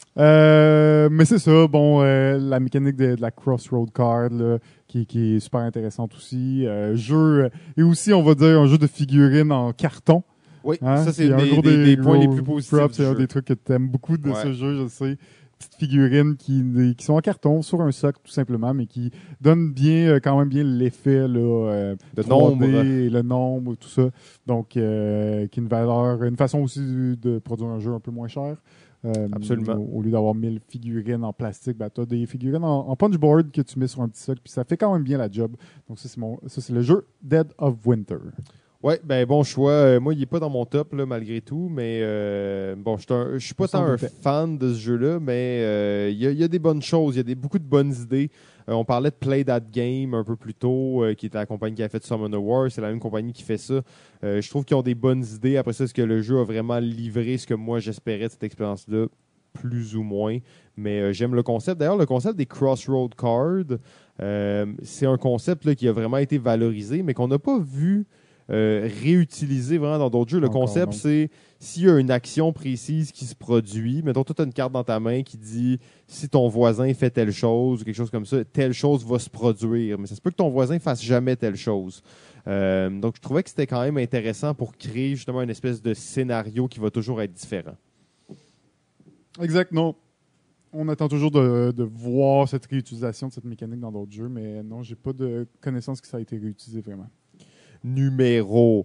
Mais c'est ça, bon, la mécanique de la Crossroad Card là, qui est super intéressante aussi. Jeu, et aussi, on va dire, un jeu de figurines en carton. Oui, Hein? ça c'est Puis un gros des points les gros plus positifs props, du c'est un jeu. des trucs que tu aimes beaucoup de Ouais. ce jeu, je sais. Petites figurines qui sont en carton, sur un socle tout simplement, mais qui donnent bien, quand même bien l'effet là, Le 3D, nombre. le nombre, tout ça. Donc, qui est une façon aussi de produire un jeu un peu moins cher. Absolument. Au lieu d'avoir 1000 figurines en plastique, tu as des figurines en punchboard que tu mets sur un petit socle, puis ça fait quand même bien la job. Donc, ça, c'est le jeu Dead of Winter. Ouais, ben bon choix. Moi, il est pas dans mon top là, malgré tout, mais bon, je suis pas On s'en tant un doutait. fan de ce jeu-là, mais il y a des bonnes choses, il y a beaucoup de bonnes idées. On parlait de Play That Game un peu plus tôt, qui était la compagnie qui a fait Summoner War, c'est la même compagnie qui fait ça. Je trouve qu'ils ont des bonnes idées. Après ça, est-ce que le jeu a vraiment livré ce que moi j'espérais de cette expérience-là? Plus ou moins, mais j'aime le concept. D'ailleurs, le concept des Crossroad Cards, c'est un concept là, qui a vraiment été valorisé, mais qu'on n'a pas vu réutilisé vraiment dans d'autres jeux. Le concept, c'est s'il y a une action précise qui se produit, mettons, tu as une carte dans ta main qui dit si ton voisin fait telle chose ou quelque chose comme ça, telle chose va se produire. Mais ça se peut que ton voisin fasse jamais telle chose. Donc, je trouvais que c'était quand même intéressant pour créer justement une espèce de scénario qui va toujours être différent. Exact, non. On attend toujours de voir cette réutilisation de cette mécanique dans d'autres jeux, mais non, j'ai pas de connaissance que ça a été réutilisé vraiment. Numéro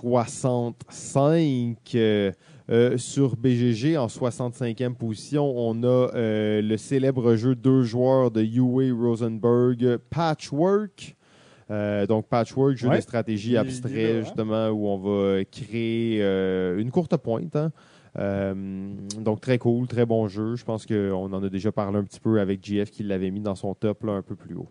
65 sur BGG en 65e position, on a le célèbre jeu 2 joueurs de Uwe Rosenberg, Patchwork. Donc Patchwork, jeu de stratégie abstrait justement où on va créer une courte pointe. Hein? Donc très cool, très bon jeu. Je pense qu'on en a déjà parlé un petit peu avec JF qui l'avait mis dans son top là, un peu plus haut.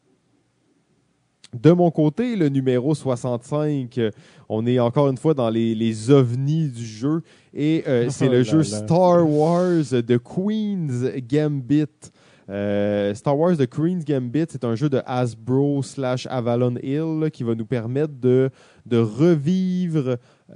De mon côté, le numéro 65, on est encore une fois dans les ovnis du jeu et c'est le jeu Star Wars The Queen's Gambit. Star Wars The Queen's Gambit, c'est un jeu de Hasbro / Avalon Hill qui va nous permettre de revivre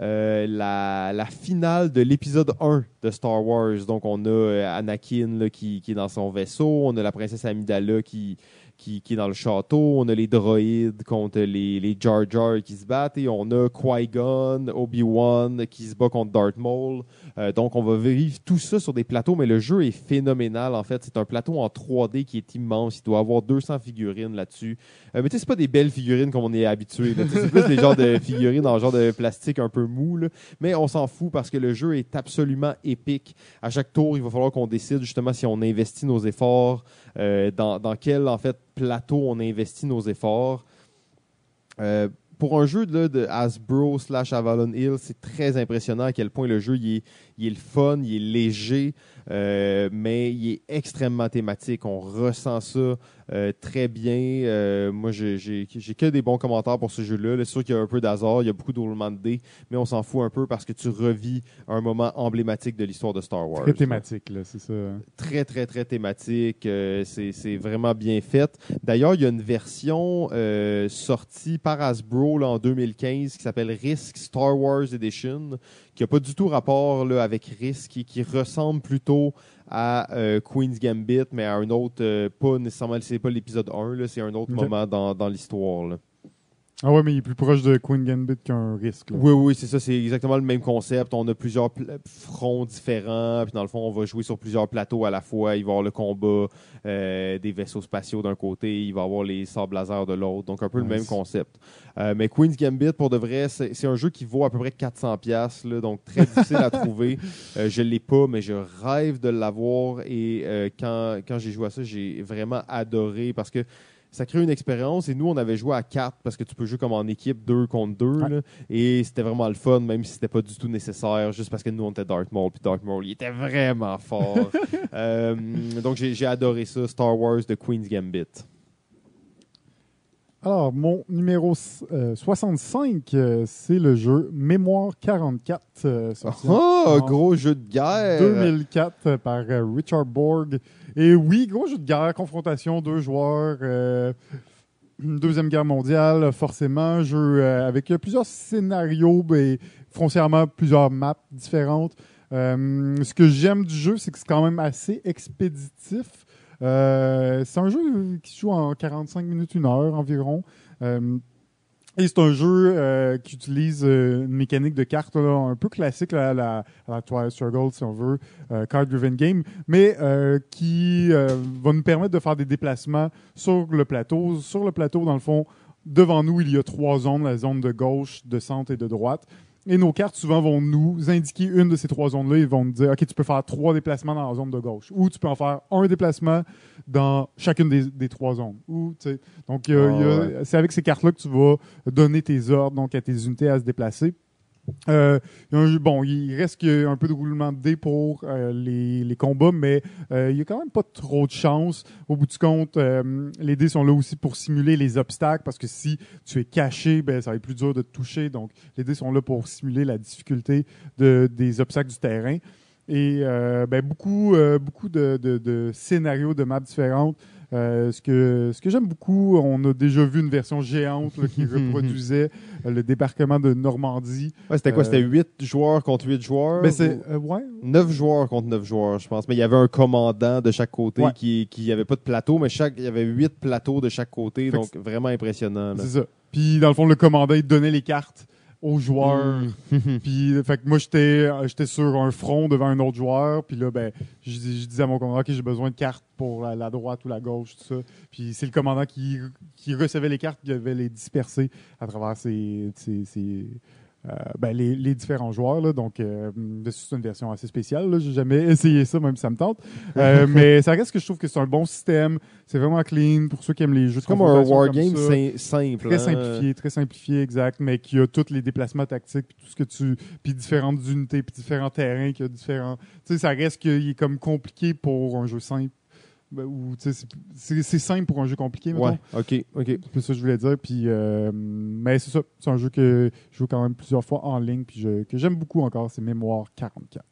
la finale de l'épisode 1 de Star Wars. Donc, on a Anakin là, qui est dans son vaisseau, on a la princesse Amidala qui est dans le château, on a les droïdes contre les Jar Jar qui se battent et on a Qui-Gon, Obi-Wan qui se bat contre Darth Maul. Donc, on va vivre tout ça sur des plateaux, mais le jeu est phénoménal. En fait, c'est un plateau en 3D qui est immense. Il doit avoir 200 figurines là-dessus. Mais tu sais, c'est pas des belles figurines comme on est habitué. C'est plus des genres de figurines en genre de plastique un peu mou. Là. Mais on s'en fout parce que le jeu est absolument épique. À chaque tour, il va falloir qu'on décide justement si on investit nos efforts, dans quel en fait plateau on investit nos efforts. Pour un jeu là, de Hasbro / Avalon Hill, c'est très impressionnant à quel point le jeu il est le fun, il est léger, mais il est extrêmement thématique. On ressent ça très bien. Moi, j'ai que des bons commentaires pour ce jeu-là. C'est sûr qu'il y a un peu d'hasard, il y a beaucoup de roulements de dés, mais on s'en fout un peu parce que tu revis un moment emblématique de l'histoire de Star Wars. Très thématique, là, c'est ça. Très, très, très thématique. C'est vraiment bien fait. D'ailleurs, il y a une version sortie par Hasbro là, en 2015 qui s'appelle Risk Star Wars Edition, qui n'a pas du tout rapport là, avec Risk et qui ressemble plutôt à Queen's Gambit, mais à un autre, pas nécessairement, c'est pas l'épisode 1, là, c'est un autre moment dans l'histoire. Là. Ah ouais, mais il est plus proche de Queen Gambit qu'un Risk. Là. Oui, c'est ça. C'est exactement le même concept. On a plusieurs fronts différents. Puis dans le fond, on va jouer sur plusieurs plateaux à la fois. Il va y avoir le combat des vaisseaux spatiaux d'un côté. Il va y avoir les sables laser de l'autre. Donc, un peu le même concept. Mais Queen's Gambit, pour de vrai, c'est un jeu qui vaut à peu près 400$. Là, donc, très difficile à trouver. Je ne l'ai pas, mais je rêve de l'avoir. Et quand j'ai joué à ça, j'ai vraiment adoré parce que ça crée une expérience et nous, on avait joué à 4 parce que tu peux jouer comme en équipe 2 contre 2 là, et c'était vraiment le fun, même si c'était pas du tout nécessaire, juste parce que nous, on était Darth Maul puis Darth Maul, il était vraiment fort. Donc, j'ai adoré ça, Star Wars The Queen's Gambit. Alors, mon numéro 65, c'est le jeu Mémoire 44. Gros jeu de guerre! 2004 par Richard Borg. Et oui, gros jeu de guerre, confrontation, 2 joueurs, Deuxième Guerre mondiale, forcément, jeu avec plusieurs scénarios et foncièrement plusieurs maps différentes. Ce que j'aime du jeu, c'est que c'est quand même assez expéditif. C'est un jeu qui se joue en 45 minutes, 1 heure environ. Et c'est un jeu qui utilise une mécanique de cartes là, un peu classique là, à la Twilight Struggle, si on veut, card-driven game, mais qui va nous permettre de faire des déplacements sur le plateau. Sur le plateau, dans le fond, devant nous, il y a 3 zones, la zone de gauche, de centre et de droite. Et nos cartes, souvent, vont nous indiquer une de ces 3 zones-là. Ils vont nous dire, OK, tu peux faire 3 déplacements dans la zone de gauche. Ou tu peux en faire un déplacement dans chacune des 3 zones. Donc, c'est avec ces cartes-là que tu vas donner tes ordres donc, à tes unités à se déplacer. Il reste un peu de roulement de dés pour les combats, mais il n'y a quand même pas trop de chance. Au bout du compte, les dés sont là aussi pour simuler les obstacles, parce que si tu es caché, ça va être plus dur de te toucher. Donc, les dés sont là pour simuler la difficulté des obstacles du terrain. Et beaucoup de scénarios, de maps différentes. Ce que j'aime beaucoup, on a déjà vu une version géante là, qui reproduisait le débarquement de Normandie. Ouais, c'était quoi? C'était 8 joueurs contre 8 joueurs? Ben ouais. 9 joueurs contre 9 joueurs, je pense. Mais il y avait un commandant de chaque côté Ouais. qui avait pas de plateau, mais il y avait 8 plateaux de chaque côté, Fait donc vraiment impressionnant. Là. C'est ça. Puis dans le fond, le commandant, il donnait les cartes aux joueurs. Puis fait que moi, j'étais sur un front devant un autre joueur. Puis là, ben, je disais à mon commandant que j'ai besoin de cartes pour la droite ou la gauche, tout ça. Puis c'est le commandant qui recevait les cartes, qui devait les disperser à travers les différents joueurs. Là. Donc, c'est une version assez spéciale. Là. J'ai jamais essayé ça, même si ça me tente. Mais ça reste que je trouve que c'est un bon système. C'est vraiment clean pour ceux qui aiment les jeux de C'est comme un confrontation comme wargame ça. simple. Très simplifié, exact, mais qui a tous les déplacements tactiques, puis tout ce que puis différentes unités, puis différents terrains, qui a différents. Tu sais, ça reste qu'il est comme compliqué pour un jeu simple. Ou tu sais, c'est simple pour un jeu compliqué, mettons. Ouais, ok. C'est ça que je voulais dire. Puis, mais c'est ça, c'est un jeu que je joue quand même plusieurs fois en ligne, puis que j'aime beaucoup encore. C'est Mémoire 44.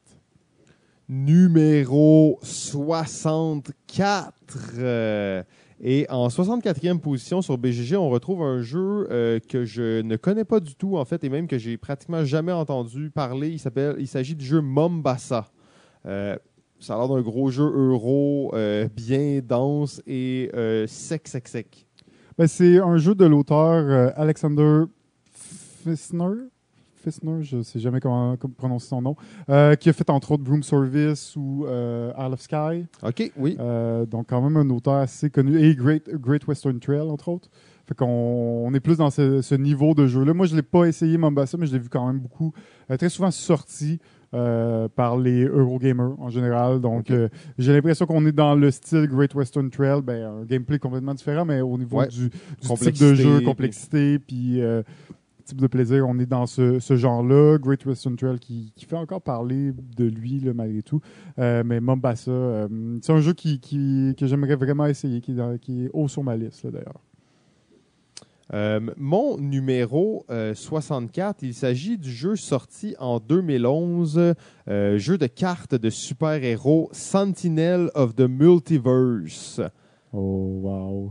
Numéro 64. Et en 64e position sur BGG, on retrouve un jeu que je ne connais pas du tout, en fait, et même que j'ai pratiquement jamais entendu parler. Il s'agit du jeu Mombasa. Ça a l'air d'un gros jeu euro bien dense et sec. Ben, c'est un jeu de l'auteur Alexander Fissner, je ne sais jamais comment prononcer son nom, qui a fait entre autres Broom Service ou Isle of Skye. OK, oui. Donc quand même un auteur assez connu. Et Great Western Trail, entre autres. Fait qu'on est plus dans ce niveau de jeu-là. Moi, je ne l'ai pas essayé, Mombasa, mais je l'ai vu quand même beaucoup. Très souvent sorti par les Eurogamers en général. Donc, Okay. j'ai l'impression qu'on est dans le style Great Western Trail. Ben, un gameplay complètement différent, mais au niveau du type de jeu, complexité, puis type de plaisir, on est dans ce genre-là. Great Western Trail qui fait encore parler de lui, là, malgré tout. Mais Mombasa, c'est un jeu que j'aimerais vraiment essayer, qui est haut sur ma liste, là, d'ailleurs. Mon numéro 64, il s'agit du jeu sorti en 2011, jeu de cartes de super-héros Sentinel of the Multiverse. Oh, wow.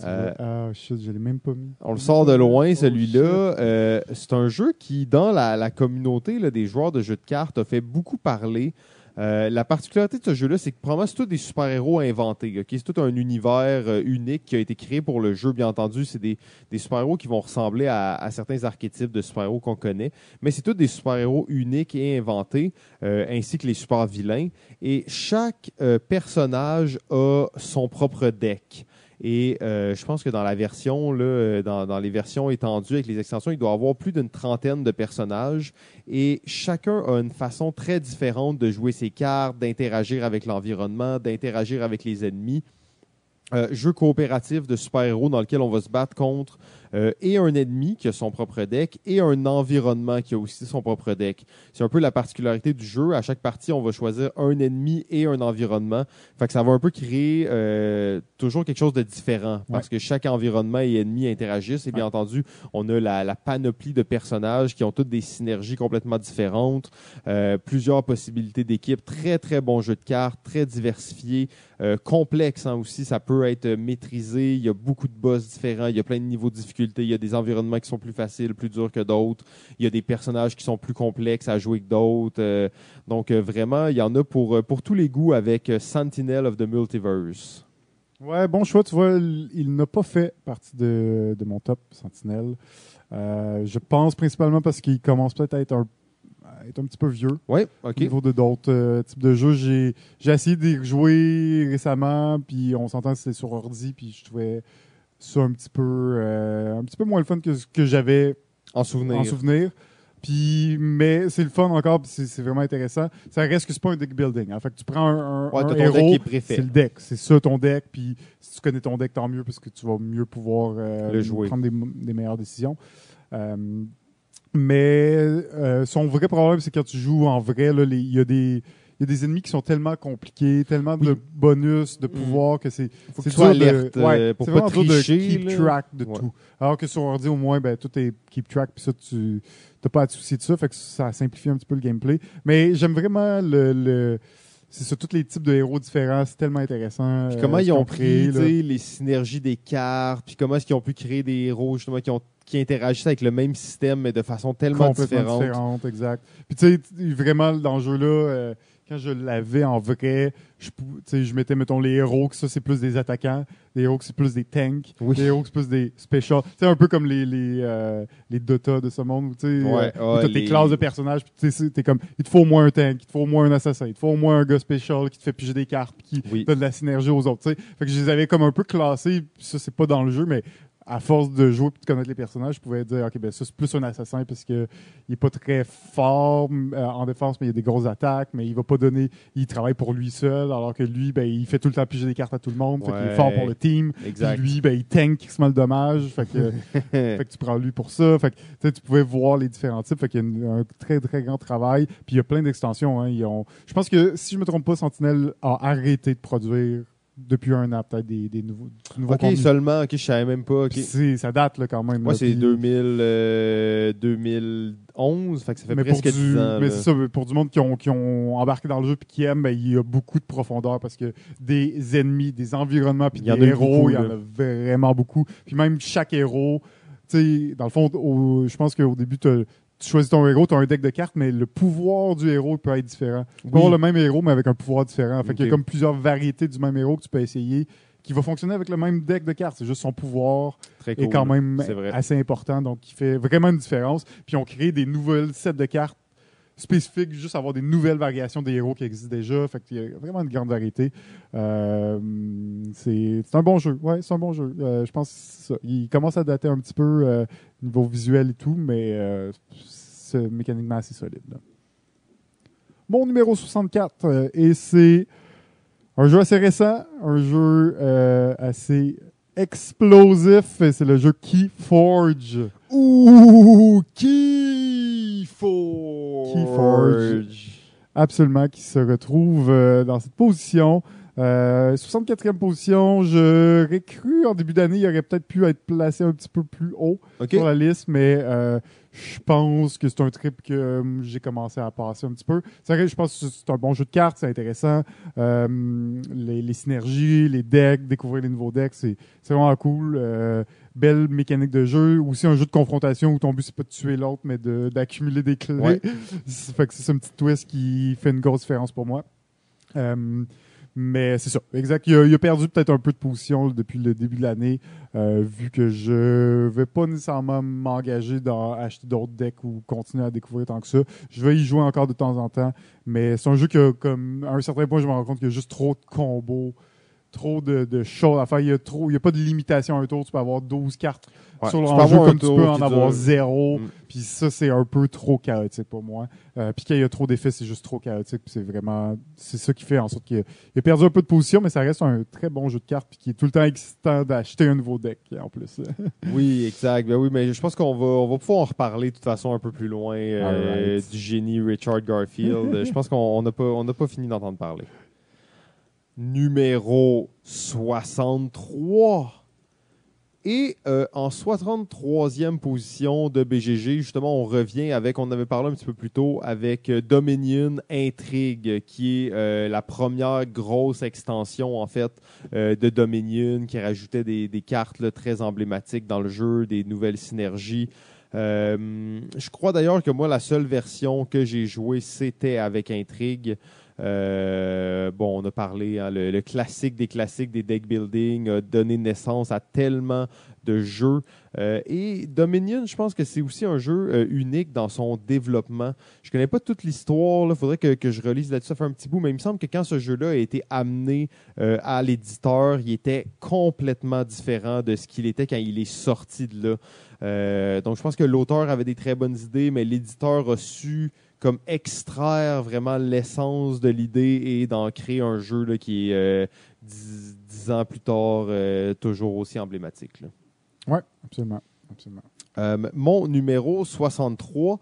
Shit, je l'ai même pas mis. On le sort de loin, celui-là. C'est un jeu qui, dans la communauté là, des joueurs de jeux de cartes, a fait beaucoup parler. La particularité de ce jeu-là, c'est que probablement c'est tous des super-héros inventés. Okay? C'est tout un univers unique qui a été créé pour le jeu. Bien entendu, c'est des super-héros qui vont ressembler à certains archétypes de super-héros qu'on connaît. Mais c'est tous des super-héros uniques et inventés, ainsi que les super-vilains. Et chaque personnage a son propre deck. Et je pense que dans la version, là, dans les versions étendues avec les extensions, il doit y avoir plus d'une trentaine de personnages. Et chacun a une façon très différente de jouer ses cartes, d'interagir avec l'environnement, d'interagir avec les ennemis. Jeu coopératif de super-héros dans lequel on va se battre contre et un ennemi qui a son propre deck et un environnement qui a aussi son propre deck. C'est un peu la particularité du jeu. À chaque partie, on va choisir un ennemi et un environnement. Fait que ça va un peu créer toujours quelque chose de différent parce que chaque environnement et ennemi interagissent. Et bien entendu, on a la panoplie de personnages qui ont toutes des synergies complètement différentes. Plusieurs possibilités d'équipe. Très, très bon jeu de cartes, très diversifié. Complexe aussi, ça peut être maîtrisé. Il y a beaucoup de boss différents. Il y a plein de niveaux de difficulté. Il y a des environnements qui sont plus faciles, plus durs que d'autres. Il y a des personnages qui sont plus complexes à jouer que d'autres. Donc, vraiment, il y en a pour tous les goûts avec Sentinel of the Multiverse. Ouais, bon choix. Tu vois, il n'a pas fait partie de mon top Sentinel. Je pense principalement parce qu'il commence peut-être à être un petit peu vieux. Oui, OK. Au niveau de d'autres types de jeux. J'ai essayé d'y rejouer récemment, puis on s'entend que c'est sur ordi, puis je trouvais ça un petit peu moins le fun que ce que j'avais en souvenir. Puis, mais c'est le fun encore, puis c'est vraiment intéressant. Ça reste que c'est pas un deck building. En fait, tu prends un héros, c'est le deck. C'est ça ton deck, puis si tu connais ton deck, tant mieux, parce que tu vas mieux pouvoir le jouer. Prendre des meilleures décisions. Mais son vrai problème, c'est quand tu joues en vrai, il y a des ennemis qui sont tellement compliqués, tellement de bonus, de pouvoirs que c'est dur alerte pour c'est pas vraiment tricher, dur de keep track de tout. Alors que sur ordi, au moins, ben, tout est keep track, puis ça, tu n'as pas à te soucier de ça, fait que ça simplifie un petit peu le gameplay. Mais j'aime vraiment c'est ça, tous les types de héros différents, c'est tellement intéressant. Puis comment ils ont pris là. les synergies des cartes, puis comment est-ce qu'ils ont pu créer des héros justement qui interagissent avec le même système, mais de façon tellement complètement différente, exact. Puis tu sais, vraiment, dans le jeu-là, quand je l'avais en vrai, je mettais, mettons, les héros, que ça, c'est plus des attaquants, les héros, que c'est plus des tanks, les héros, que c'est plus des special. Tu sais, un peu comme les Dota de ce monde, où tu sais, t'as tes classes de personnages, puis tu sais, t'es comme, il te faut au moins un tank, il te faut au moins un assassin, il te faut au moins un gars special qui te fait piger des cartes, puis qui donne de la synergie aux autres, tu sais. Fait que je les avais comme un peu classés, puis ça, c'est pas dans le jeu, mais à force de jouer et de connaître les personnages, je pouvais dire, OK, ben ça, c'est plus un assassin parce que il est pas très fort en défense, mais il a des grosses attaques, mais il va pas donner, il travaille pour lui seul, alors que lui, ben, il fait tout le temps piger des cartes à tout le monde, fait qu'il est fort pour le team. Exact. Puis lui, ben, il tank qui se met le dommage, fait que tu prends lui pour ça. Fait que tu pouvais voir les différents types, fait qu'il y a un très, très grand travail. Puis il y a plein d'extensions, hein. Je pense que, si je me trompe pas, Sentinel a arrêté de produire depuis un an, peut-être des nouveaux OK, seulement. OK, je savais même pas. OK. Ça date là, quand même. Moi, c'est 2011, fait que ça fait presque 10 ans. Mais c'est ça, pour du monde qui ont embarqué dans le jeu et qui aiment, ben, il y a beaucoup de profondeur parce que des ennemis, des environnements puis des héros, il y en a vraiment beaucoup. Puis même chaque héros, tu sais, dans le fond, je pense qu'au début, tu choisis ton héros, tu as un deck de cartes, mais le pouvoir du héros peut être différent. Tu peux avoir le même héros, mais avec un pouvoir différent. Fait qu'il y a comme plusieurs variétés du même héros que tu peux essayer, qui va fonctionner avec le même deck de cartes. C'est juste son pouvoir est quand même assez important, donc il fait vraiment une différence. Puis on crée des nouvelles sets de cartes spécifiques, juste avoir des nouvelles variations des héros qui existent déjà. Fait qu'il y a vraiment une grande variété. C'est un bon jeu. Ouais, c'est un bon jeu. Je pense que c'est ça. Il commence à dater un petit peu niveau visuel et tout, mais c'est mécaniquement assez solide. Là. Mon numéro 64, et c'est un jeu assez récent, un jeu assez explosif, et c'est le jeu Keyforge. Ouh, Keyforge. Absolument, qui se retrouve dans cette position. 64e position, j'aurais cru en début d'année, il aurait peut-être pu être placé un petit peu plus haut sur la liste, mais je pense que c'est un trip que j'ai commencé à passer un petit peu. C'est vrai, je pense que c'est un bon jeu de cartes, c'est intéressant. Les synergies, les decks, découvrir les nouveaux decks, c'est vraiment cool. Belle mécanique de jeu. Aussi un jeu de confrontation où ton but, c'est pas de tuer l'autre, mais d'accumuler des clés. Ouais. Fait que c'est un petit twist qui fait une grosse différence pour moi. Mais c'est ça, exact. Il a perdu peut-être un peu de position là, depuis le début de l'année, vu que je vais pas nécessairement m'engager dans acheter d'autres decks ou continuer à découvrir tant que ça. Je vais y jouer encore de temps en temps, mais c'est un jeu que, comme à un certain point, je me rends compte qu'il y a juste trop de combos, trop de choses à faire. Il y a pas de limitation à un tour. Tu peux avoir 12 cartes sur le jeu comme tu peux en avoir 0. Puis ça, c'est un peu trop chaotique pour moi. Puis quand il y a trop d'effets, c'est juste trop chaotique. Puis c'est ça qui fait en sorte qu'il a perdu un peu de position, mais ça reste un très bon jeu de cartes puis qui est tout le temps excitant d'acheter un nouveau deck en plus. Oui, exact. Ben oui, mais je pense qu'on va pouvoir en reparler de toute façon un peu plus loin du génie Richard Garfield. Je pense qu'on n'a pas fini d'entendre parler. Numéro 63. Et en 63e position de BGG, justement, on revient on avait parlé un petit peu plus tôt, avec Dominion Intrigue, qui est la première grosse extension, en fait, de Dominion, qui rajoutait des cartes là, très emblématiques dans le jeu, des nouvelles synergies. Je crois d'ailleurs que moi, la seule version que j'ai jouée, c'était avec Intrigue. On a parlé, hein, le classique des classiques des deck building a donné naissance à tellement de jeux. Et Dominion, je pense que c'est aussi un jeu unique dans son développement. Je connais pas toute l'histoire, il faudrait que je relise là-dessus, ça fait un petit bout, mais il me semble que quand ce jeu-là a été amené à l'éditeur, il était complètement différent de ce qu'il était quand il est sorti de là. Donc je pense que l'auteur avait des très bonnes idées, mais l'éditeur a su comme extraire vraiment l'essence de l'idée et d'en créer un jeu là, qui est 10 ans plus tard toujours aussi emblématique. Oui, absolument. Mon numéro 63,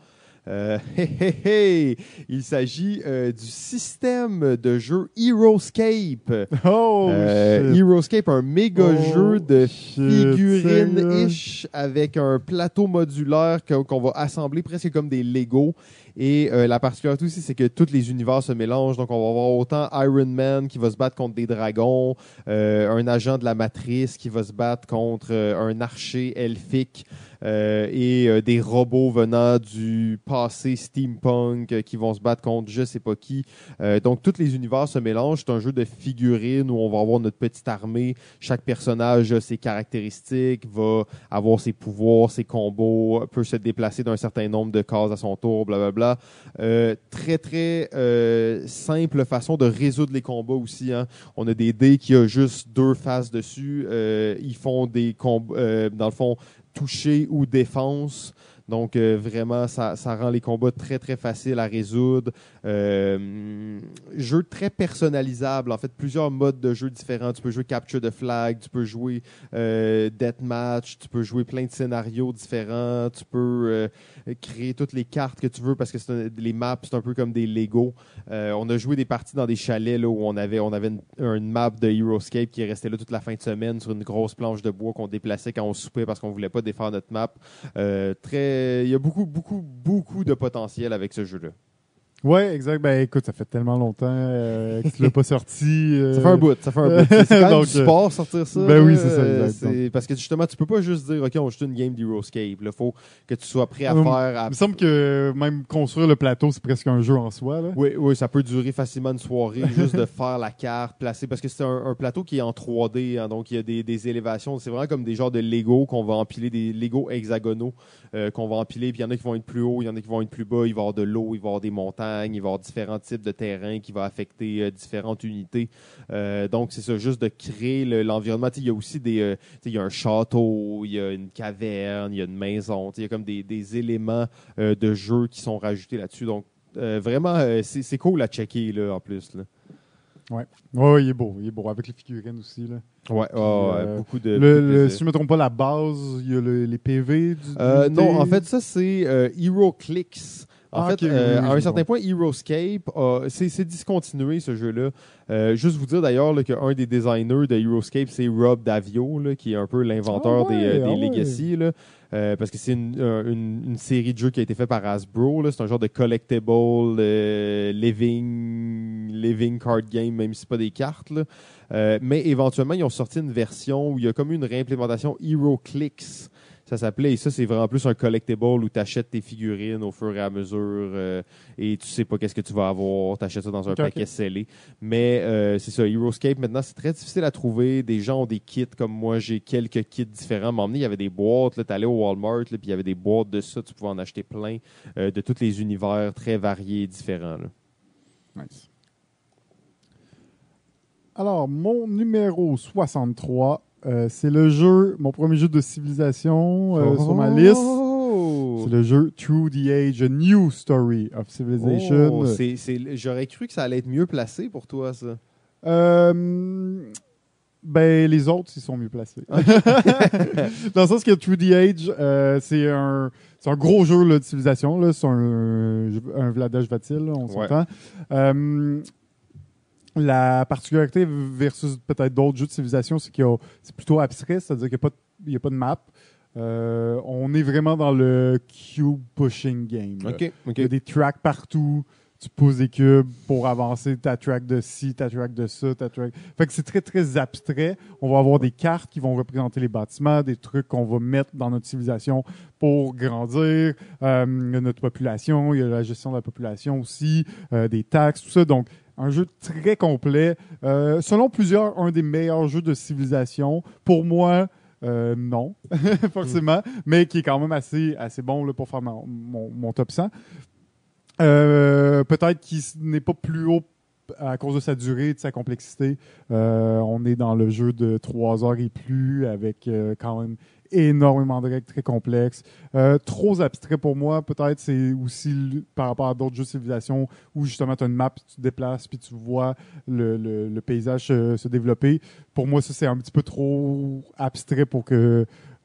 Il s'agit du système de jeu Heroescape. Oh, shit. Heroescape, un méga jeu de shit, figurines-ish avec un plateau modulaire qu'on va assembler presque comme des Lego. Et la particularité aussi, c'est que tous les univers se mélangent. Donc, on va avoir autant Iron Man qui va se battre contre des dragons, un agent de la Matrice qui va se battre contre un archer elfique et des robots venant du passé steampunk qui vont se battre contre je sais pas qui. Donc, tous les univers se mélangent. C'est un jeu de figurines où on va avoir notre petite armée. Chaque personnage a ses caractéristiques, va avoir ses pouvoirs, ses combos, peut se déplacer d'un certain nombre de cases à son tour, blablabla. Très, très simple façon de résoudre les combats aussi. Hein. On a des dés qui a juste 2 faces dessus. Ils font des combats, dans le fond, toucher ou défense. Donc, vraiment, ça rend les combats très, très faciles à résoudre. Jeu très personnalisable. En fait, plusieurs modes de jeu différents. Tu peux jouer Capture the Flag, tu peux jouer Deathmatch, tu peux jouer plein de scénarios différents. Tu peux créer toutes les cartes que tu veux parce que les maps, c'est un peu comme des Lego. On a joué des parties dans des chalets là, où on avait une map de Heroescape qui restait là toute la fin de semaine sur une grosse planche de bois qu'on déplaçait quand on soupait parce qu'on voulait pas défaire notre map. Il y a beaucoup, beaucoup, beaucoup de potentiel avec ce jeu-là. Ouais, exact. Ben écoute, ça fait tellement longtemps que tu l'as pas sorti. Ça fait un bout. C'est quand même Donc, du sport sortir ça. Ben oui, c'est ça. Exact. Parce que justement, tu peux pas juste dire OK, on joue une game d'Heroescape. Il faut que tu sois prêt à Il faire. me semble que même construire le plateau, c'est presque un jeu en soi. Là. Oui, ça peut durer facilement une soirée juste de faire la carte, placer. Parce que c'est un plateau qui est en 3D, hein, donc il y a des élévations. C'est vraiment comme des genres de Lego qu'on va empiler, des Lego hexagonaux qu'on va empiler. Puis il y en a qui vont être plus hauts, il y en a qui vont être plus bas. Il va y avoir de l'eau, il va y avoir des montagnes, il va y avoir différents types de terrains qui vont affecter différentes unités. Donc, c'est ça, juste de créer l'environnement. Il y a aussi il y a un château, il y a une caverne, il y a une maison. Il y a comme des éléments de jeu qui sont rajoutés là-dessus. Donc, vraiment, c'est cool à checker là, en plus. Là. Ouais, il est beau. Il est beau avec les figurines aussi. Là. Ouais, beaucoup de. Si je ne me trompe pas, la base, il y a les PV non, en fait, ça, c'est HeroClix. En fait, à un certain point, Heroescape, c'est discontinué ce jeu-là. Juste vous dire d'ailleurs là, qu'un des designers de Heroescape, c'est Rob Davio, là, qui est un peu l'inventeur des Legacy. Là, parce que c'est une série de jeux qui a été faite par Hasbro. Là. C'est un genre de collectible living card game, même si c'est pas des cartes. Là. Mais éventuellement, ils ont sorti une version où il y a comme une réimplémentation HeroClix. Ça s'appelait, et ça, c'est vraiment plus un collectible où tu achètes tes figurines au fur et à mesure et tu sais pas qu'est-ce que tu vas avoir. Tu achètes ça dans un paquet scellé. Mais c'est ça, Heroescape, maintenant, c'est très difficile à trouver. Des gens ont des kits comme moi, j'ai quelques kits différents. À un moment donné, il y avait des boîtes. Tu allais au Walmart, puis il y avait des boîtes de ça. Tu pouvais en acheter plein de tous les univers très variés et différents. Là. Nice. Alors, mon numéro 63. C'est le jeu, mon premier jeu de civilisation sur ma liste. C'est le jeu Through the Age, A New Story of Civilization. J'aurais cru que ça allait être mieux placé pour toi, ça. Ben, les autres, ils sont mieux placés. Dans le sens que Through the Age, c'est un gros jeu là, de civilisation. Là. C'est un Vlada Vatil, on s'entend. La particularité versus peut-être d'autres jeux de civilisation, c'est c'est plutôt abstrait, c'est-à-dire qu'il n'y a pas de map. On est vraiment dans le cube pushing game. Okay. Il y a des tracks partout. Tu poses des cubes pour avancer ta track de ci, ta track de ça, ta track. Fait que c'est très, très abstrait. On va avoir des cartes qui vont représenter les bâtiments, des trucs qu'on va mettre dans notre civilisation pour grandir. Il y a notre population, il y a la gestion de la population aussi, des taxes, tout ça. Donc, un jeu très complet. Selon plusieurs, un des meilleurs jeux de civilisation. Pour moi, non, forcément, mais qui est quand même assez bon là, pour faire mon top 100. Peut-être qu'il n'est pas plus haut à cause de sa durée et de sa complexité. On est dans le jeu de 3 heures et plus avec quand même énormément de règles très complexes. Trop abstrait pour moi, peut-être. C'est aussi par rapport à d'autres jeux de civilisation où justement tu as une map, tu te déplaces puis tu vois le paysage se développer. Pour moi, ça c'est un petit peu trop abstrait pour que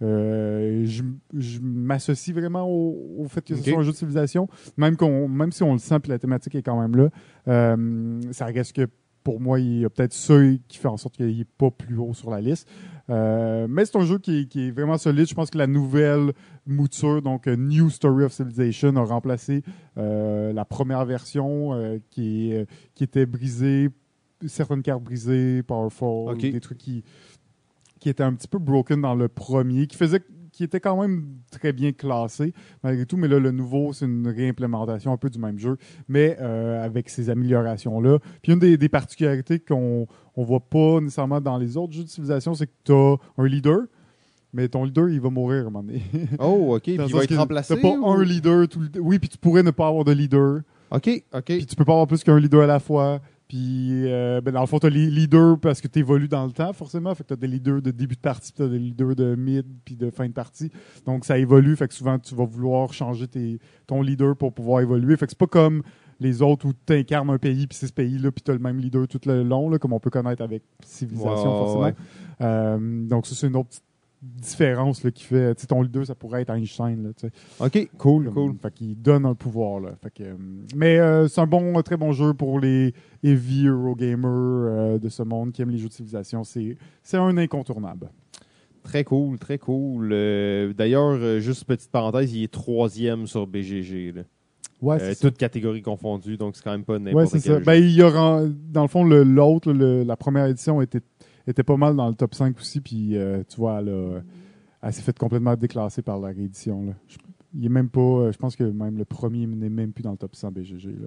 je m'associe vraiment au fait que ce soit un jeu de civilisation, même si on le sent, puis la thématique est quand même là. Ça reste que pour moi, il y a peut-être ça qui fait en sorte qu'il n'est pas plus haut sur la liste. Mais c'est un jeu qui est vraiment solide. Je pense que la nouvelle mouture, donc New Story of Civilization, a remplacé la première version qui était brisée, certaines cartes brisées, Powerful, des trucs qui étaient un petit peu broken dans le premier, qui était quand même très bien classé malgré tout, mais là, le nouveau, c'est une réimplémentation un peu du même jeu, mais avec ces améliorations-là. Puis une des particularités qu'on voit pas nécessairement dans les autres jeux de civilisation, c'est que tu as un leader, mais ton leader, il va mourir à un moment donné. Oh, OK. Puis il va être remplacé? T'as pas un leader tout le temps. Oui, puis tu pourrais ne pas avoir de leader. OK. Puis tu peux pas avoir plus qu'un leader à la fois. Puis, dans le fond, tu as les leaders parce que tu évolues dans le temps, forcément. Fait que tu as des leaders de début de partie, puis tu as des leaders de mid, puis de fin de partie. Donc, ça évolue. Fait que souvent, tu vas vouloir changer ton leader pour pouvoir évoluer. Fait que c'est pas comme les autres où tu incarnes un pays, puis c'est ce pays-là, puis tu as le même leader tout le long, là, comme on peut connaître avec Civilisation, forcément. Ouais. Donc, ça, c'est une autre petite différence là, qui fait, ton leader, ça pourrait être Einstein. Là, OK, cool. Fait qu'il donne un pouvoir. Là. Fait que, mais c'est un très bon jeu pour les heavy Eurogamers de ce monde qui aiment les jeux de civilisation. C'est un incontournable. Très cool. D'ailleurs, juste petite parenthèse, il est 3e sur BGG. Là. Ouais, toutes catégories confondues, donc c'est quand même pas n'importe quel jeu. Ben, il y aura, dans le fond, l'autre, la première édition était pas mal dans le top 5 aussi, puis tu vois, elle s'est faite complètement déclasser par la réédition. Là. Il est même pas, je pense que même le premier n'est même plus dans le top 100 BGG. Là.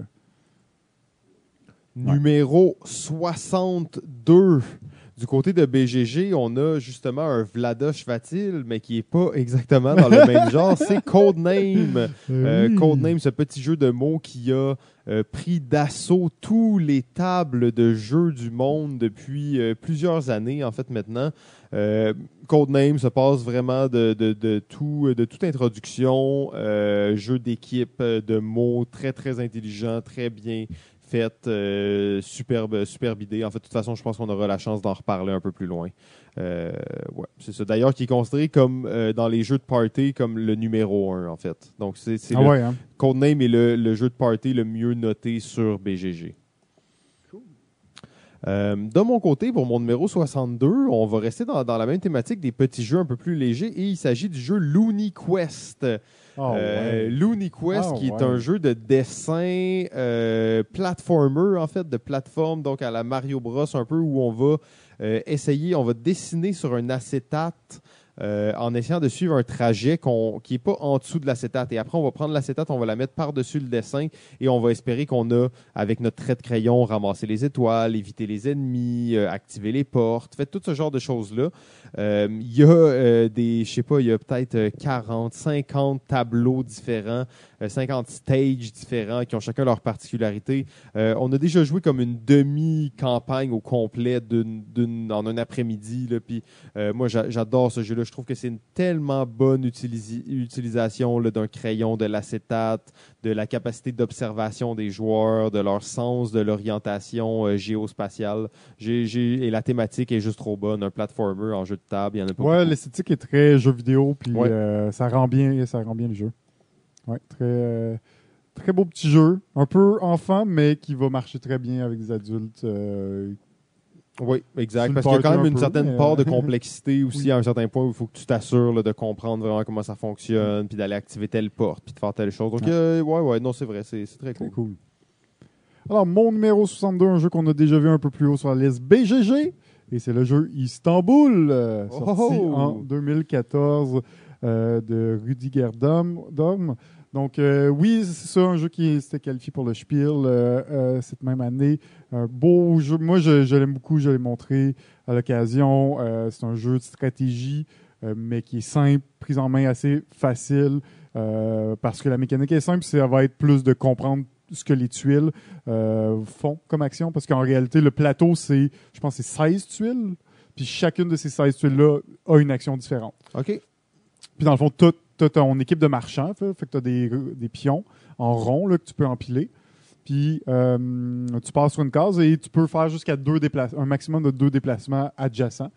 Numéro 62. Du côté de BGG, on a justement un Vlaada Chvátil, mais qui n'est pas exactement dans le même genre. C'est Codename. Codename, ce petit jeu de mots qui a pris d'assaut tous les tables de jeux du monde depuis plusieurs années, en fait, maintenant. Codename se passe vraiment de toute introduction, jeu d'équipe, de mots très, très intelligent, très bien faite, superbe idée. En fait, de toute façon, je pense qu'on aura la chance d'en reparler un peu plus loin. Ouais, c'est ça. D'ailleurs, qui est considéré comme, dans les jeux de party, comme le numéro 1, en fait. Donc, Codename est le jeu de party le mieux noté sur BGG. Cool. De mon côté, pour mon numéro 62, on va rester dans la même thématique des petits jeux un peu plus légers, et il s'agit du jeu Looney Quest. Looney Quest, qui est un jeu de dessin platformer, en fait, de plateforme, donc à la Mario Bros, un peu, où on va on va dessiner sur un acétate en essayant de suivre un trajet qui n'est pas en dessous de l'acétate. Et après, on va prendre l'acétate, on va la mettre par-dessus le dessin et on va espérer qu'on a, avec notre trait de crayon, ramassé les étoiles, éviter les ennemis, activer les portes, fait tout ce genre de choses-là. Il y a il y a peut-être 40, 50 tableaux différents, 50 stages différents qui ont chacun leur particularité. On a déjà joué comme une demi-campagne au complet en un après-midi. Là, puis, moi, j'adore ce jeu-là. Je trouve que c'est une tellement bonne utilisation là, d'un crayon, de l'acétate, de la capacité d'observation des joueurs, de leur sens de l'orientation géospatiale. Et la thématique est juste trop bonne. Un platformer en jeu de table, il y en a pas beaucoup. L'esthétique est très jeu vidéo, puis ça rend bien le jeu. Ouais, très beau petit jeu, un peu enfant, mais qui va marcher très bien avec des adultes. Oui, exact. Parce qu'il y a quand même une certaine part de complexité aussi à un certain point où il faut que tu t'assures là, de comprendre vraiment comment ça fonctionne, puis d'aller activer telle porte, puis de faire telle chose. Donc, non, c'est vrai, c'est très cool. Cool. Alors, mon numéro 62, un jeu qu'on a déjà vu un peu plus haut sur la liste BGG, et c'est le jeu Istanbul, sorti en 2014 de Rudiger Dorm. Donc, c'est ça, un jeu qui s'était qualifié pour le Spiel cette même année. Un beau jeu. Moi, je l'aime beaucoup. Je l'ai montré à l'occasion. C'est un jeu de stratégie, mais qui est simple, prise en main assez facile, parce que la mécanique est simple. Ça va être plus de comprendre ce que les tuiles font comme action. Parce qu'en réalité, le plateau, je pense, c'est 16 tuiles. Puis chacune de ces 16 tuiles-là a une action différente. OK. Puis dans le fond, tu as ton équipe de marchands, fait que tu as des pions en rond là, que tu peux empiler. Puis tu passes sur une case et tu peux faire jusqu'à un maximum de 2 déplacements adjacents.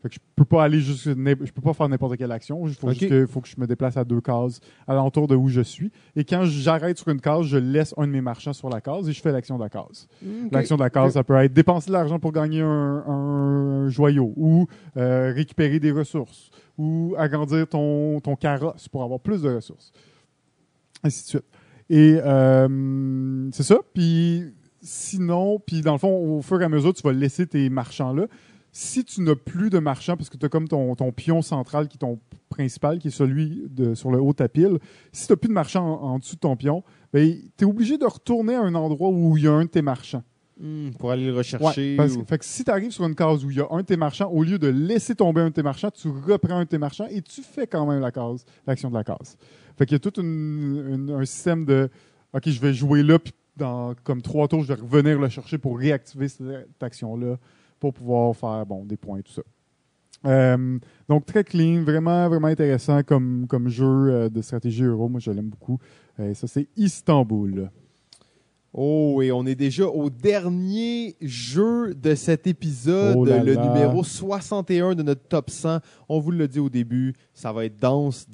Fait que je peux pas aller je peux pas faire n'importe quelle action. Il faut faut que je me déplace à 2 cases alentour de où je suis. Et quand j'arrête sur une case, je laisse un de mes marchands sur la case et je fais l'action de la case. L'action de la case, ça peut être dépenser de l'argent pour gagner un joyau ou récupérer des ressources ou agrandir ton carrosse pour avoir plus de ressources. Ainsi de suite. Et c'est ça. Puis sinon, dans le fond, au fur et à mesure, tu vas laisser tes marchands-là. Si tu n'as plus de marchands, parce que tu as comme ton pion central qui est ton principal, qui est celui sur le haut de ta pile, si tu n'as plus de marchands en dessous de ton pion, ben, tu es obligé de retourner à un endroit où il y a un de tes marchands. Pour aller le rechercher. Ouais, fait que si tu arrives sur une case où il y a un de tes marchands, au lieu de laisser tomber un de tes marchands, tu reprends un de tes marchands et tu fais quand même l'action de la case. Fait qu'il y a tout un système de OK, je vais jouer là, puis dans comme 3 tours, je vais revenir le chercher pour réactiver cette action-là pour pouvoir faire des points et tout ça. Donc très clean, vraiment, vraiment intéressant comme jeu de stratégie euro. Moi, je l'aime beaucoup. Ça, c'est Istanbul. Oh, et on est déjà au dernier jeu de cet épisode, le numéro 61 de notre top 100. On vous l'a dit au début, ça va être dense.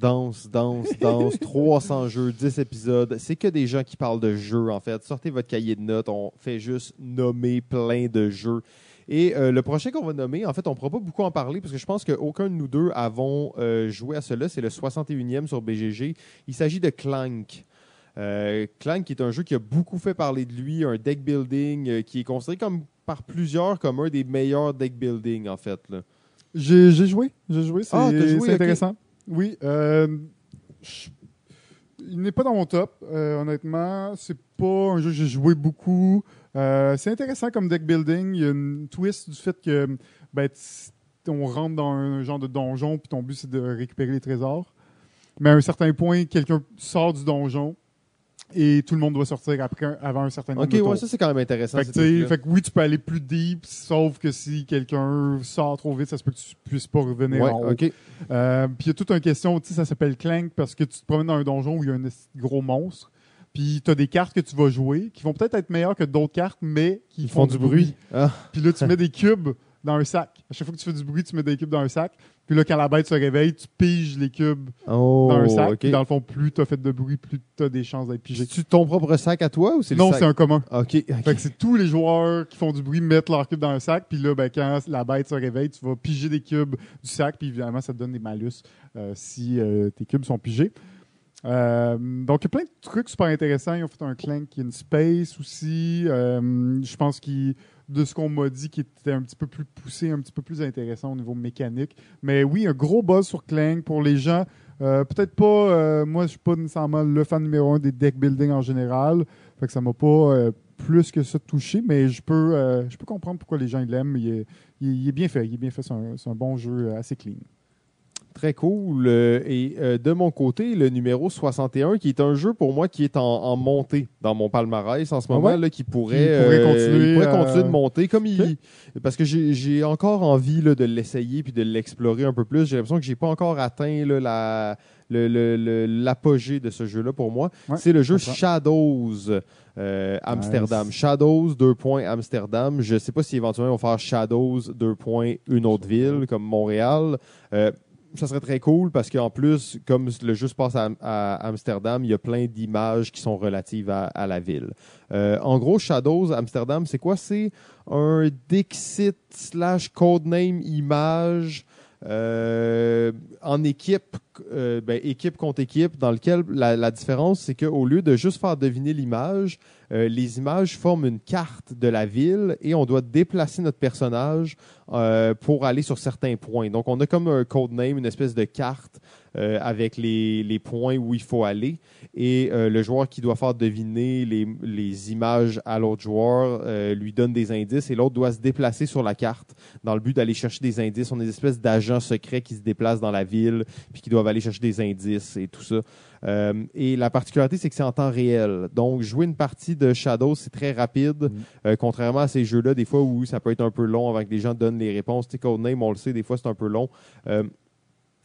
300 jeux, 10 épisodes. C'est que des gens qui parlent de jeux, en fait. Sortez votre cahier de notes, on fait juste nommer plein de jeux. Et le prochain qu'on va nommer, en fait, on ne pourra pas beaucoup en parler parce que je pense qu'aucun de nous deux avons joué à cela. C'est le 61e sur BGG. Il s'agit de Clank. Clank, qui est un jeu qui a beaucoup fait parler de lui, un deck building qui est considéré par plusieurs comme un des meilleurs deck building, en fait. Là. J'ai joué, c'est intéressant. Okay. Oui, il n'est pas dans mon top, honnêtement. C'est pas un jeu que j'ai joué beaucoup. C'est intéressant comme deck building. Il y a une twist du fait que on rentre dans un genre de donjon, puis ton but, c'est de récupérer les trésors. Mais à un certain point, quelqu'un sort du donjon, et tout le monde doit sortir avant un certain nombre de tours. OK, ouais, ça, c'est quand même intéressant. Fait que oui, tu peux aller plus deep, sauf que si quelqu'un sort trop vite, ça se peut que tu puisses pas revenir en haut. OK. Puis il y a toute une question, ça s'appelle Clank parce que tu te promènes dans un donjon où il y a un gros monstre. Puis tu as des cartes que tu vas jouer qui vont peut-être être meilleures que d'autres cartes, mais qui font du bruit. Ah. Puis là, tu mets des cubes dans un sac. À chaque fois que tu fais du bruit, tu mets des cubes dans un sac. Puis là, quand la bête se réveille, tu piges les cubes dans un sac. Okay. Puis dans le fond, plus tu as fait de bruit, plus tu as des chances d'être pigé. C'est-tu ton propre sac à toi ou c'est le sac? Non, c'est un commun. OK. Fait que c'est tous les joueurs qui font du bruit mettent leur cube dans un sac. Puis là, quand la bête se réveille, tu vas piger des cubes du sac. Puis évidemment, ça te donne des malus si tes cubes sont pigés. Donc, il y a plein de trucs super intéressants. Ils ont fait un Clank in Space aussi. Je pense de ce qu'on m'a dit, qui était un petit peu plus poussé, un petit peu plus intéressant au niveau mécanique. Mais oui, un gros buzz sur Clank pour les gens. Peut-être pas, moi, je suis pas nécessairement le fan numéro 1 des deck building en général. Fait que ça m'a pas plus que ça touché, mais je peux comprendre pourquoi les gens l'aiment. Il est bien fait. Il est bien fait. C'est un bon jeu assez clean. Très cool. Et de mon côté, le numéro 61, qui est un jeu pour moi qui est en montée dans mon palmarès en ce moment, là, qui pourrait continuer de monter. Parce que j'ai encore envie là, de l'essayer puis de l'explorer un peu plus. J'ai l'impression que j'ai pas encore atteint là, l'apogée de ce jeu-là pour moi. Ouais, c'est le jeu Shadows Amsterdam. Nice. Shadows, Amsterdam. Je ne sais pas si éventuellement on va faire Shadows, une autre ville comme Montréal. Ça serait très cool parce qu'en plus, comme le jeu se passe à Amsterdam, il y a plein d'images qui sont relatives à la ville. En gros, Shadows Amsterdam, c'est quoi? C'est un Dixit / codename image en équipe, équipe contre équipe, dans lequel la différence, c'est qu'au lieu de juste faire deviner l'image, les images forment une carte de la ville et on doit déplacer notre personnage pour aller sur certains points. Donc, on a comme un codename, une espèce de carte avec les points où il faut aller. Et le joueur qui doit faire deviner les images à l'autre joueur lui donne des indices et l'autre doit se déplacer sur la carte dans le but d'aller chercher des indices. On a des espèces d'agents secrets qui se déplacent dans la ville puis qui doivent aller chercher des indices et tout ça. Et la particularité, c'est que c'est en temps réel. Donc, jouer une partie de Shadows, c'est très rapide. Contrairement à ces jeux-là, des fois où ça peut être un peu long avant que les gens donnent les réponses. Tu sais, Codename, on le sait, des fois, c'est un peu long.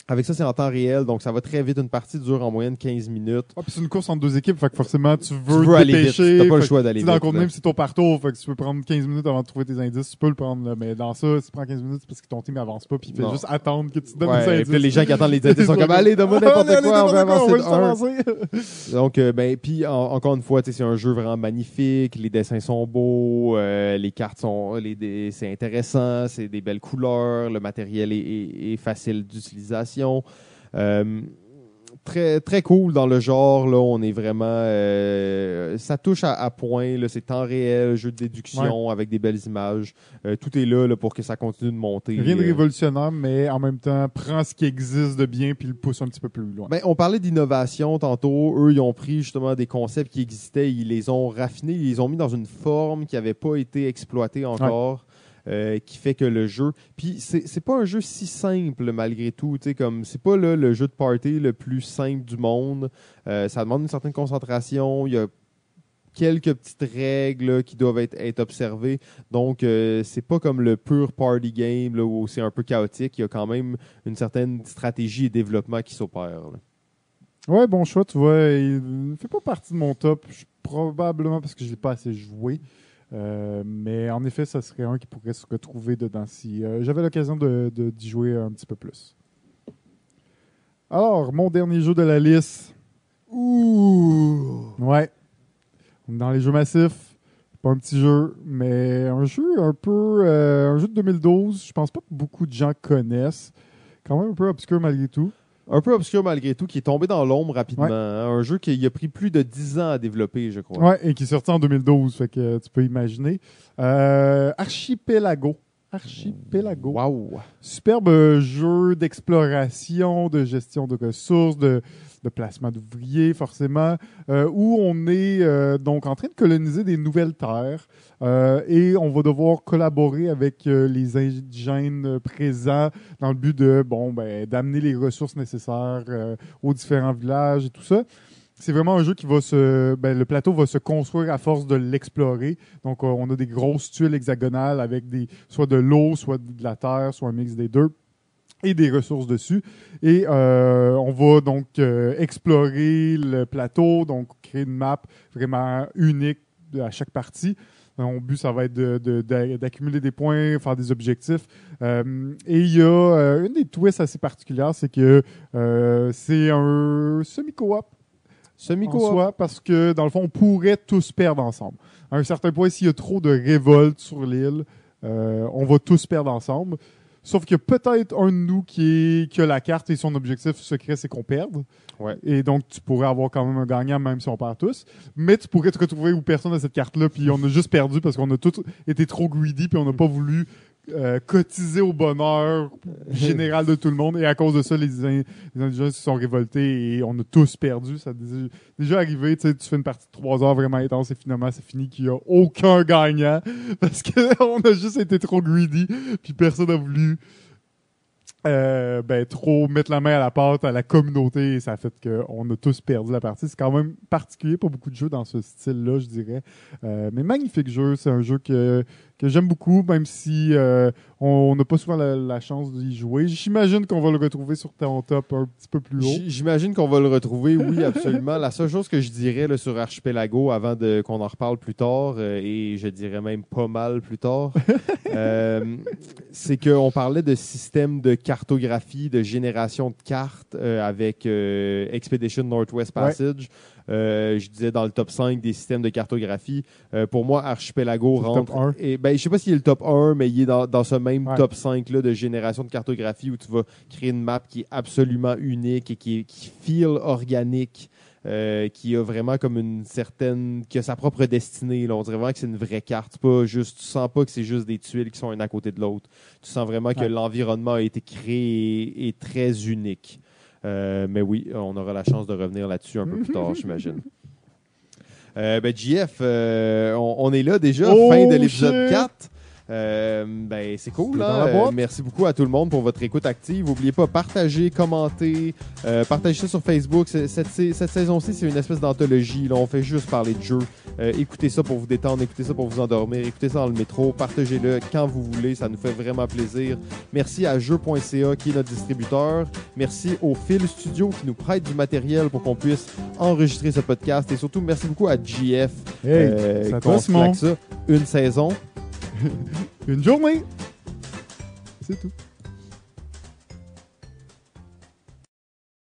Avec ça, c'est en temps réel, donc ça va très vite. Une partie dure en moyenne 15 minutes. Puis c'est une course entre deux équipes, fait que forcément, tu veux aller vite. dépêcher. T'as pas le choix d'aller vite. Dans le compte même, c'est ton partout, fait que tu peux prendre 15 minutes avant de trouver tes indices, tu peux le prendre, là. Mais dans ça, si tu prends 15 minutes, c'est parce que ton team avance pas, puis il fait juste attendre que tu te donnes les indices. Et puis les gens qui attendent les indices sont comme, allez, donne-moi n'importe quoi, on va avancer Donc, puis encore une fois, c'est un jeu vraiment magnifique, les dessins sont beaux, les cartes c'est intéressant, c'est des belles couleurs, le matériel est facile d'utilisation. Très, très cool dans le genre. Là, on est vraiment. Ça touche à point. Là, c'est temps réel, jeu de déduction avec des belles images. Tout est là pour que ça continue de monter. Rien de révolutionnaire, mais en même temps, prend ce qui existe de bien puis le pousse un petit peu plus loin. On parlait d'innovation tantôt. Eux, ils ont pris justement des concepts qui existaient, ils les ont raffinés, ils les ont mis dans une forme qui n'avait pas été exploitée encore. Qui fait que le jeu... Puis c'est pas un jeu si simple malgré tout. Comme c'est pas là, le jeu de party le plus simple du monde. Ça demande une certaine concentration. Il y a quelques petites règles là, qui doivent être observées. Donc, c'est pas comme le pur party game là, où c'est un peu chaotique. Il y a quand même une certaine stratégie et développement qui s'opère. Ouais, bon choix. Tu vois, il ne fait pas partie de mon top. Probablement parce que je l'ai pas assez joué. Mais en effet, ça serait un qui pourrait se retrouver dedans si j'avais l'occasion d'y jouer un petit peu plus. Alors, mon dernier jeu de la liste. Ouais. Dans les jeux massifs, pas un petit jeu, mais un jeu un peu... un jeu de 2012, je pense pas que beaucoup de gens connaissent. Quand même un peu obscur malgré tout. Un peu obscur malgré tout, qui est tombé dans l'ombre rapidement. Ouais. Un jeu qui a pris plus de 10 ans à développer, je crois. Ouais, et qui est sorti en 2012, fait que tu peux imaginer. Archipelago. Wow. Superbe jeu d'exploration, de gestion de ressources, de placement d'ouvriers, forcément, où on est donc en train de coloniser des nouvelles terres et on va devoir collaborer avec les indigènes présents dans le but de d'amener les ressources nécessaires aux différents villages et tout ça. C'est vraiment un jeu qui va le plateau va se construire à force de l'explorer. Donc, on a des grosses tuiles hexagonales avec soit de l'eau, soit de la terre, soit un mix des deux, et des ressources dessus. Et on va donc explorer le plateau, donc créer une map vraiment unique à chaque partie. Mon but, ça va être d'accumuler des points, faire des objectifs. Et il y a une des twists assez particulières, c'est que c'est un semi-coop. Parce que, dans le fond, on pourrait tous perdre ensemble. À un certain point, s'il y a trop de révoltes sur l'île, on va tous perdre ensemble. Sauf qu'il y a peut-être un de nous qui a la carte et son objectif secret, c'est qu'on perde. Ouais. Et donc, tu pourrais avoir quand même un gagnant, même si on perd tous. Mais tu pourrais te retrouver où personne n'a cette carte-là, puis on a juste perdu parce qu'on a tous été trop greedy, puis on n'a pas voulu cotiser au bonheur général de tout le monde. Et à cause de ça, les indigènes se sont révoltés et on a tous perdu. Ça a déjà arrivé, tu fais une partie de 3 heures vraiment intense et finalement, c'est fini qu'il n'y a aucun gagnant parce qu'on a juste été trop greedy puis personne n'a voulu trop mettre la main à la pâte à la communauté et ça a fait qu'on a tous perdu la partie. C'est quand même particulier, pas beaucoup de jeux dans ce style-là, je dirais. Mais magnifique jeu, c'est un jeu que j'aime beaucoup, même si on n'a pas souvent la chance d'y jouer. J'imagine qu'on va le retrouver sur ton top un petit peu plus haut. J'imagine qu'on va le retrouver, oui, absolument. La seule chose que je dirais là, sur Archipelago, avant qu'on en reparle plus tard, et je dirais même pas mal plus tard, c'est qu'on parlait de système de cartographie, de génération de cartes avec Expedition Northwest Passage. Ouais. Je disais dans le top 5 des systèmes de cartographie. Pour moi, Archipelago rentre. Top 1. Et, je sais pas s'il est le top 1, mais il est dans ce même top 5 là, de génération de cartographie où tu vas créer une map qui est absolument unique et qui feel organique. Qui a vraiment comme une certaine... qui a sa propre destinée. Là. On dirait vraiment que c'est une vraie carte. C'est pas juste, tu sens pas que c'est juste des tuiles qui sont une à côté de l'autre. Tu sens vraiment que l'environnement a été créé et est très unique. Mais oui, on aura la chance de revenir là-dessus un peu plus tard, j'imagine. JF, on est là déjà, fin de l'épisode 4. C'est cool. Dans la boîte. Merci beaucoup à tout le monde pour votre écoute active. N'oubliez pas, partagez, commentez, partagez ça sur Facebook. Cette saison-ci, c'est une espèce d'anthologie. Là, on fait juste parler de jeux. Écoutez ça pour vous détendre, écoutez ça pour vous endormir, écoutez ça dans le métro, partagez-le quand vous voulez, ça nous fait vraiment plaisir. Merci à jeux.ca qui est notre distributeur. Merci au Phil Studio qui nous prête du matériel pour qu'on puisse enregistrer ce podcast. Et surtout, merci beaucoup à GF qu'on se claque ça. Une saison. Une journée. C'est tout.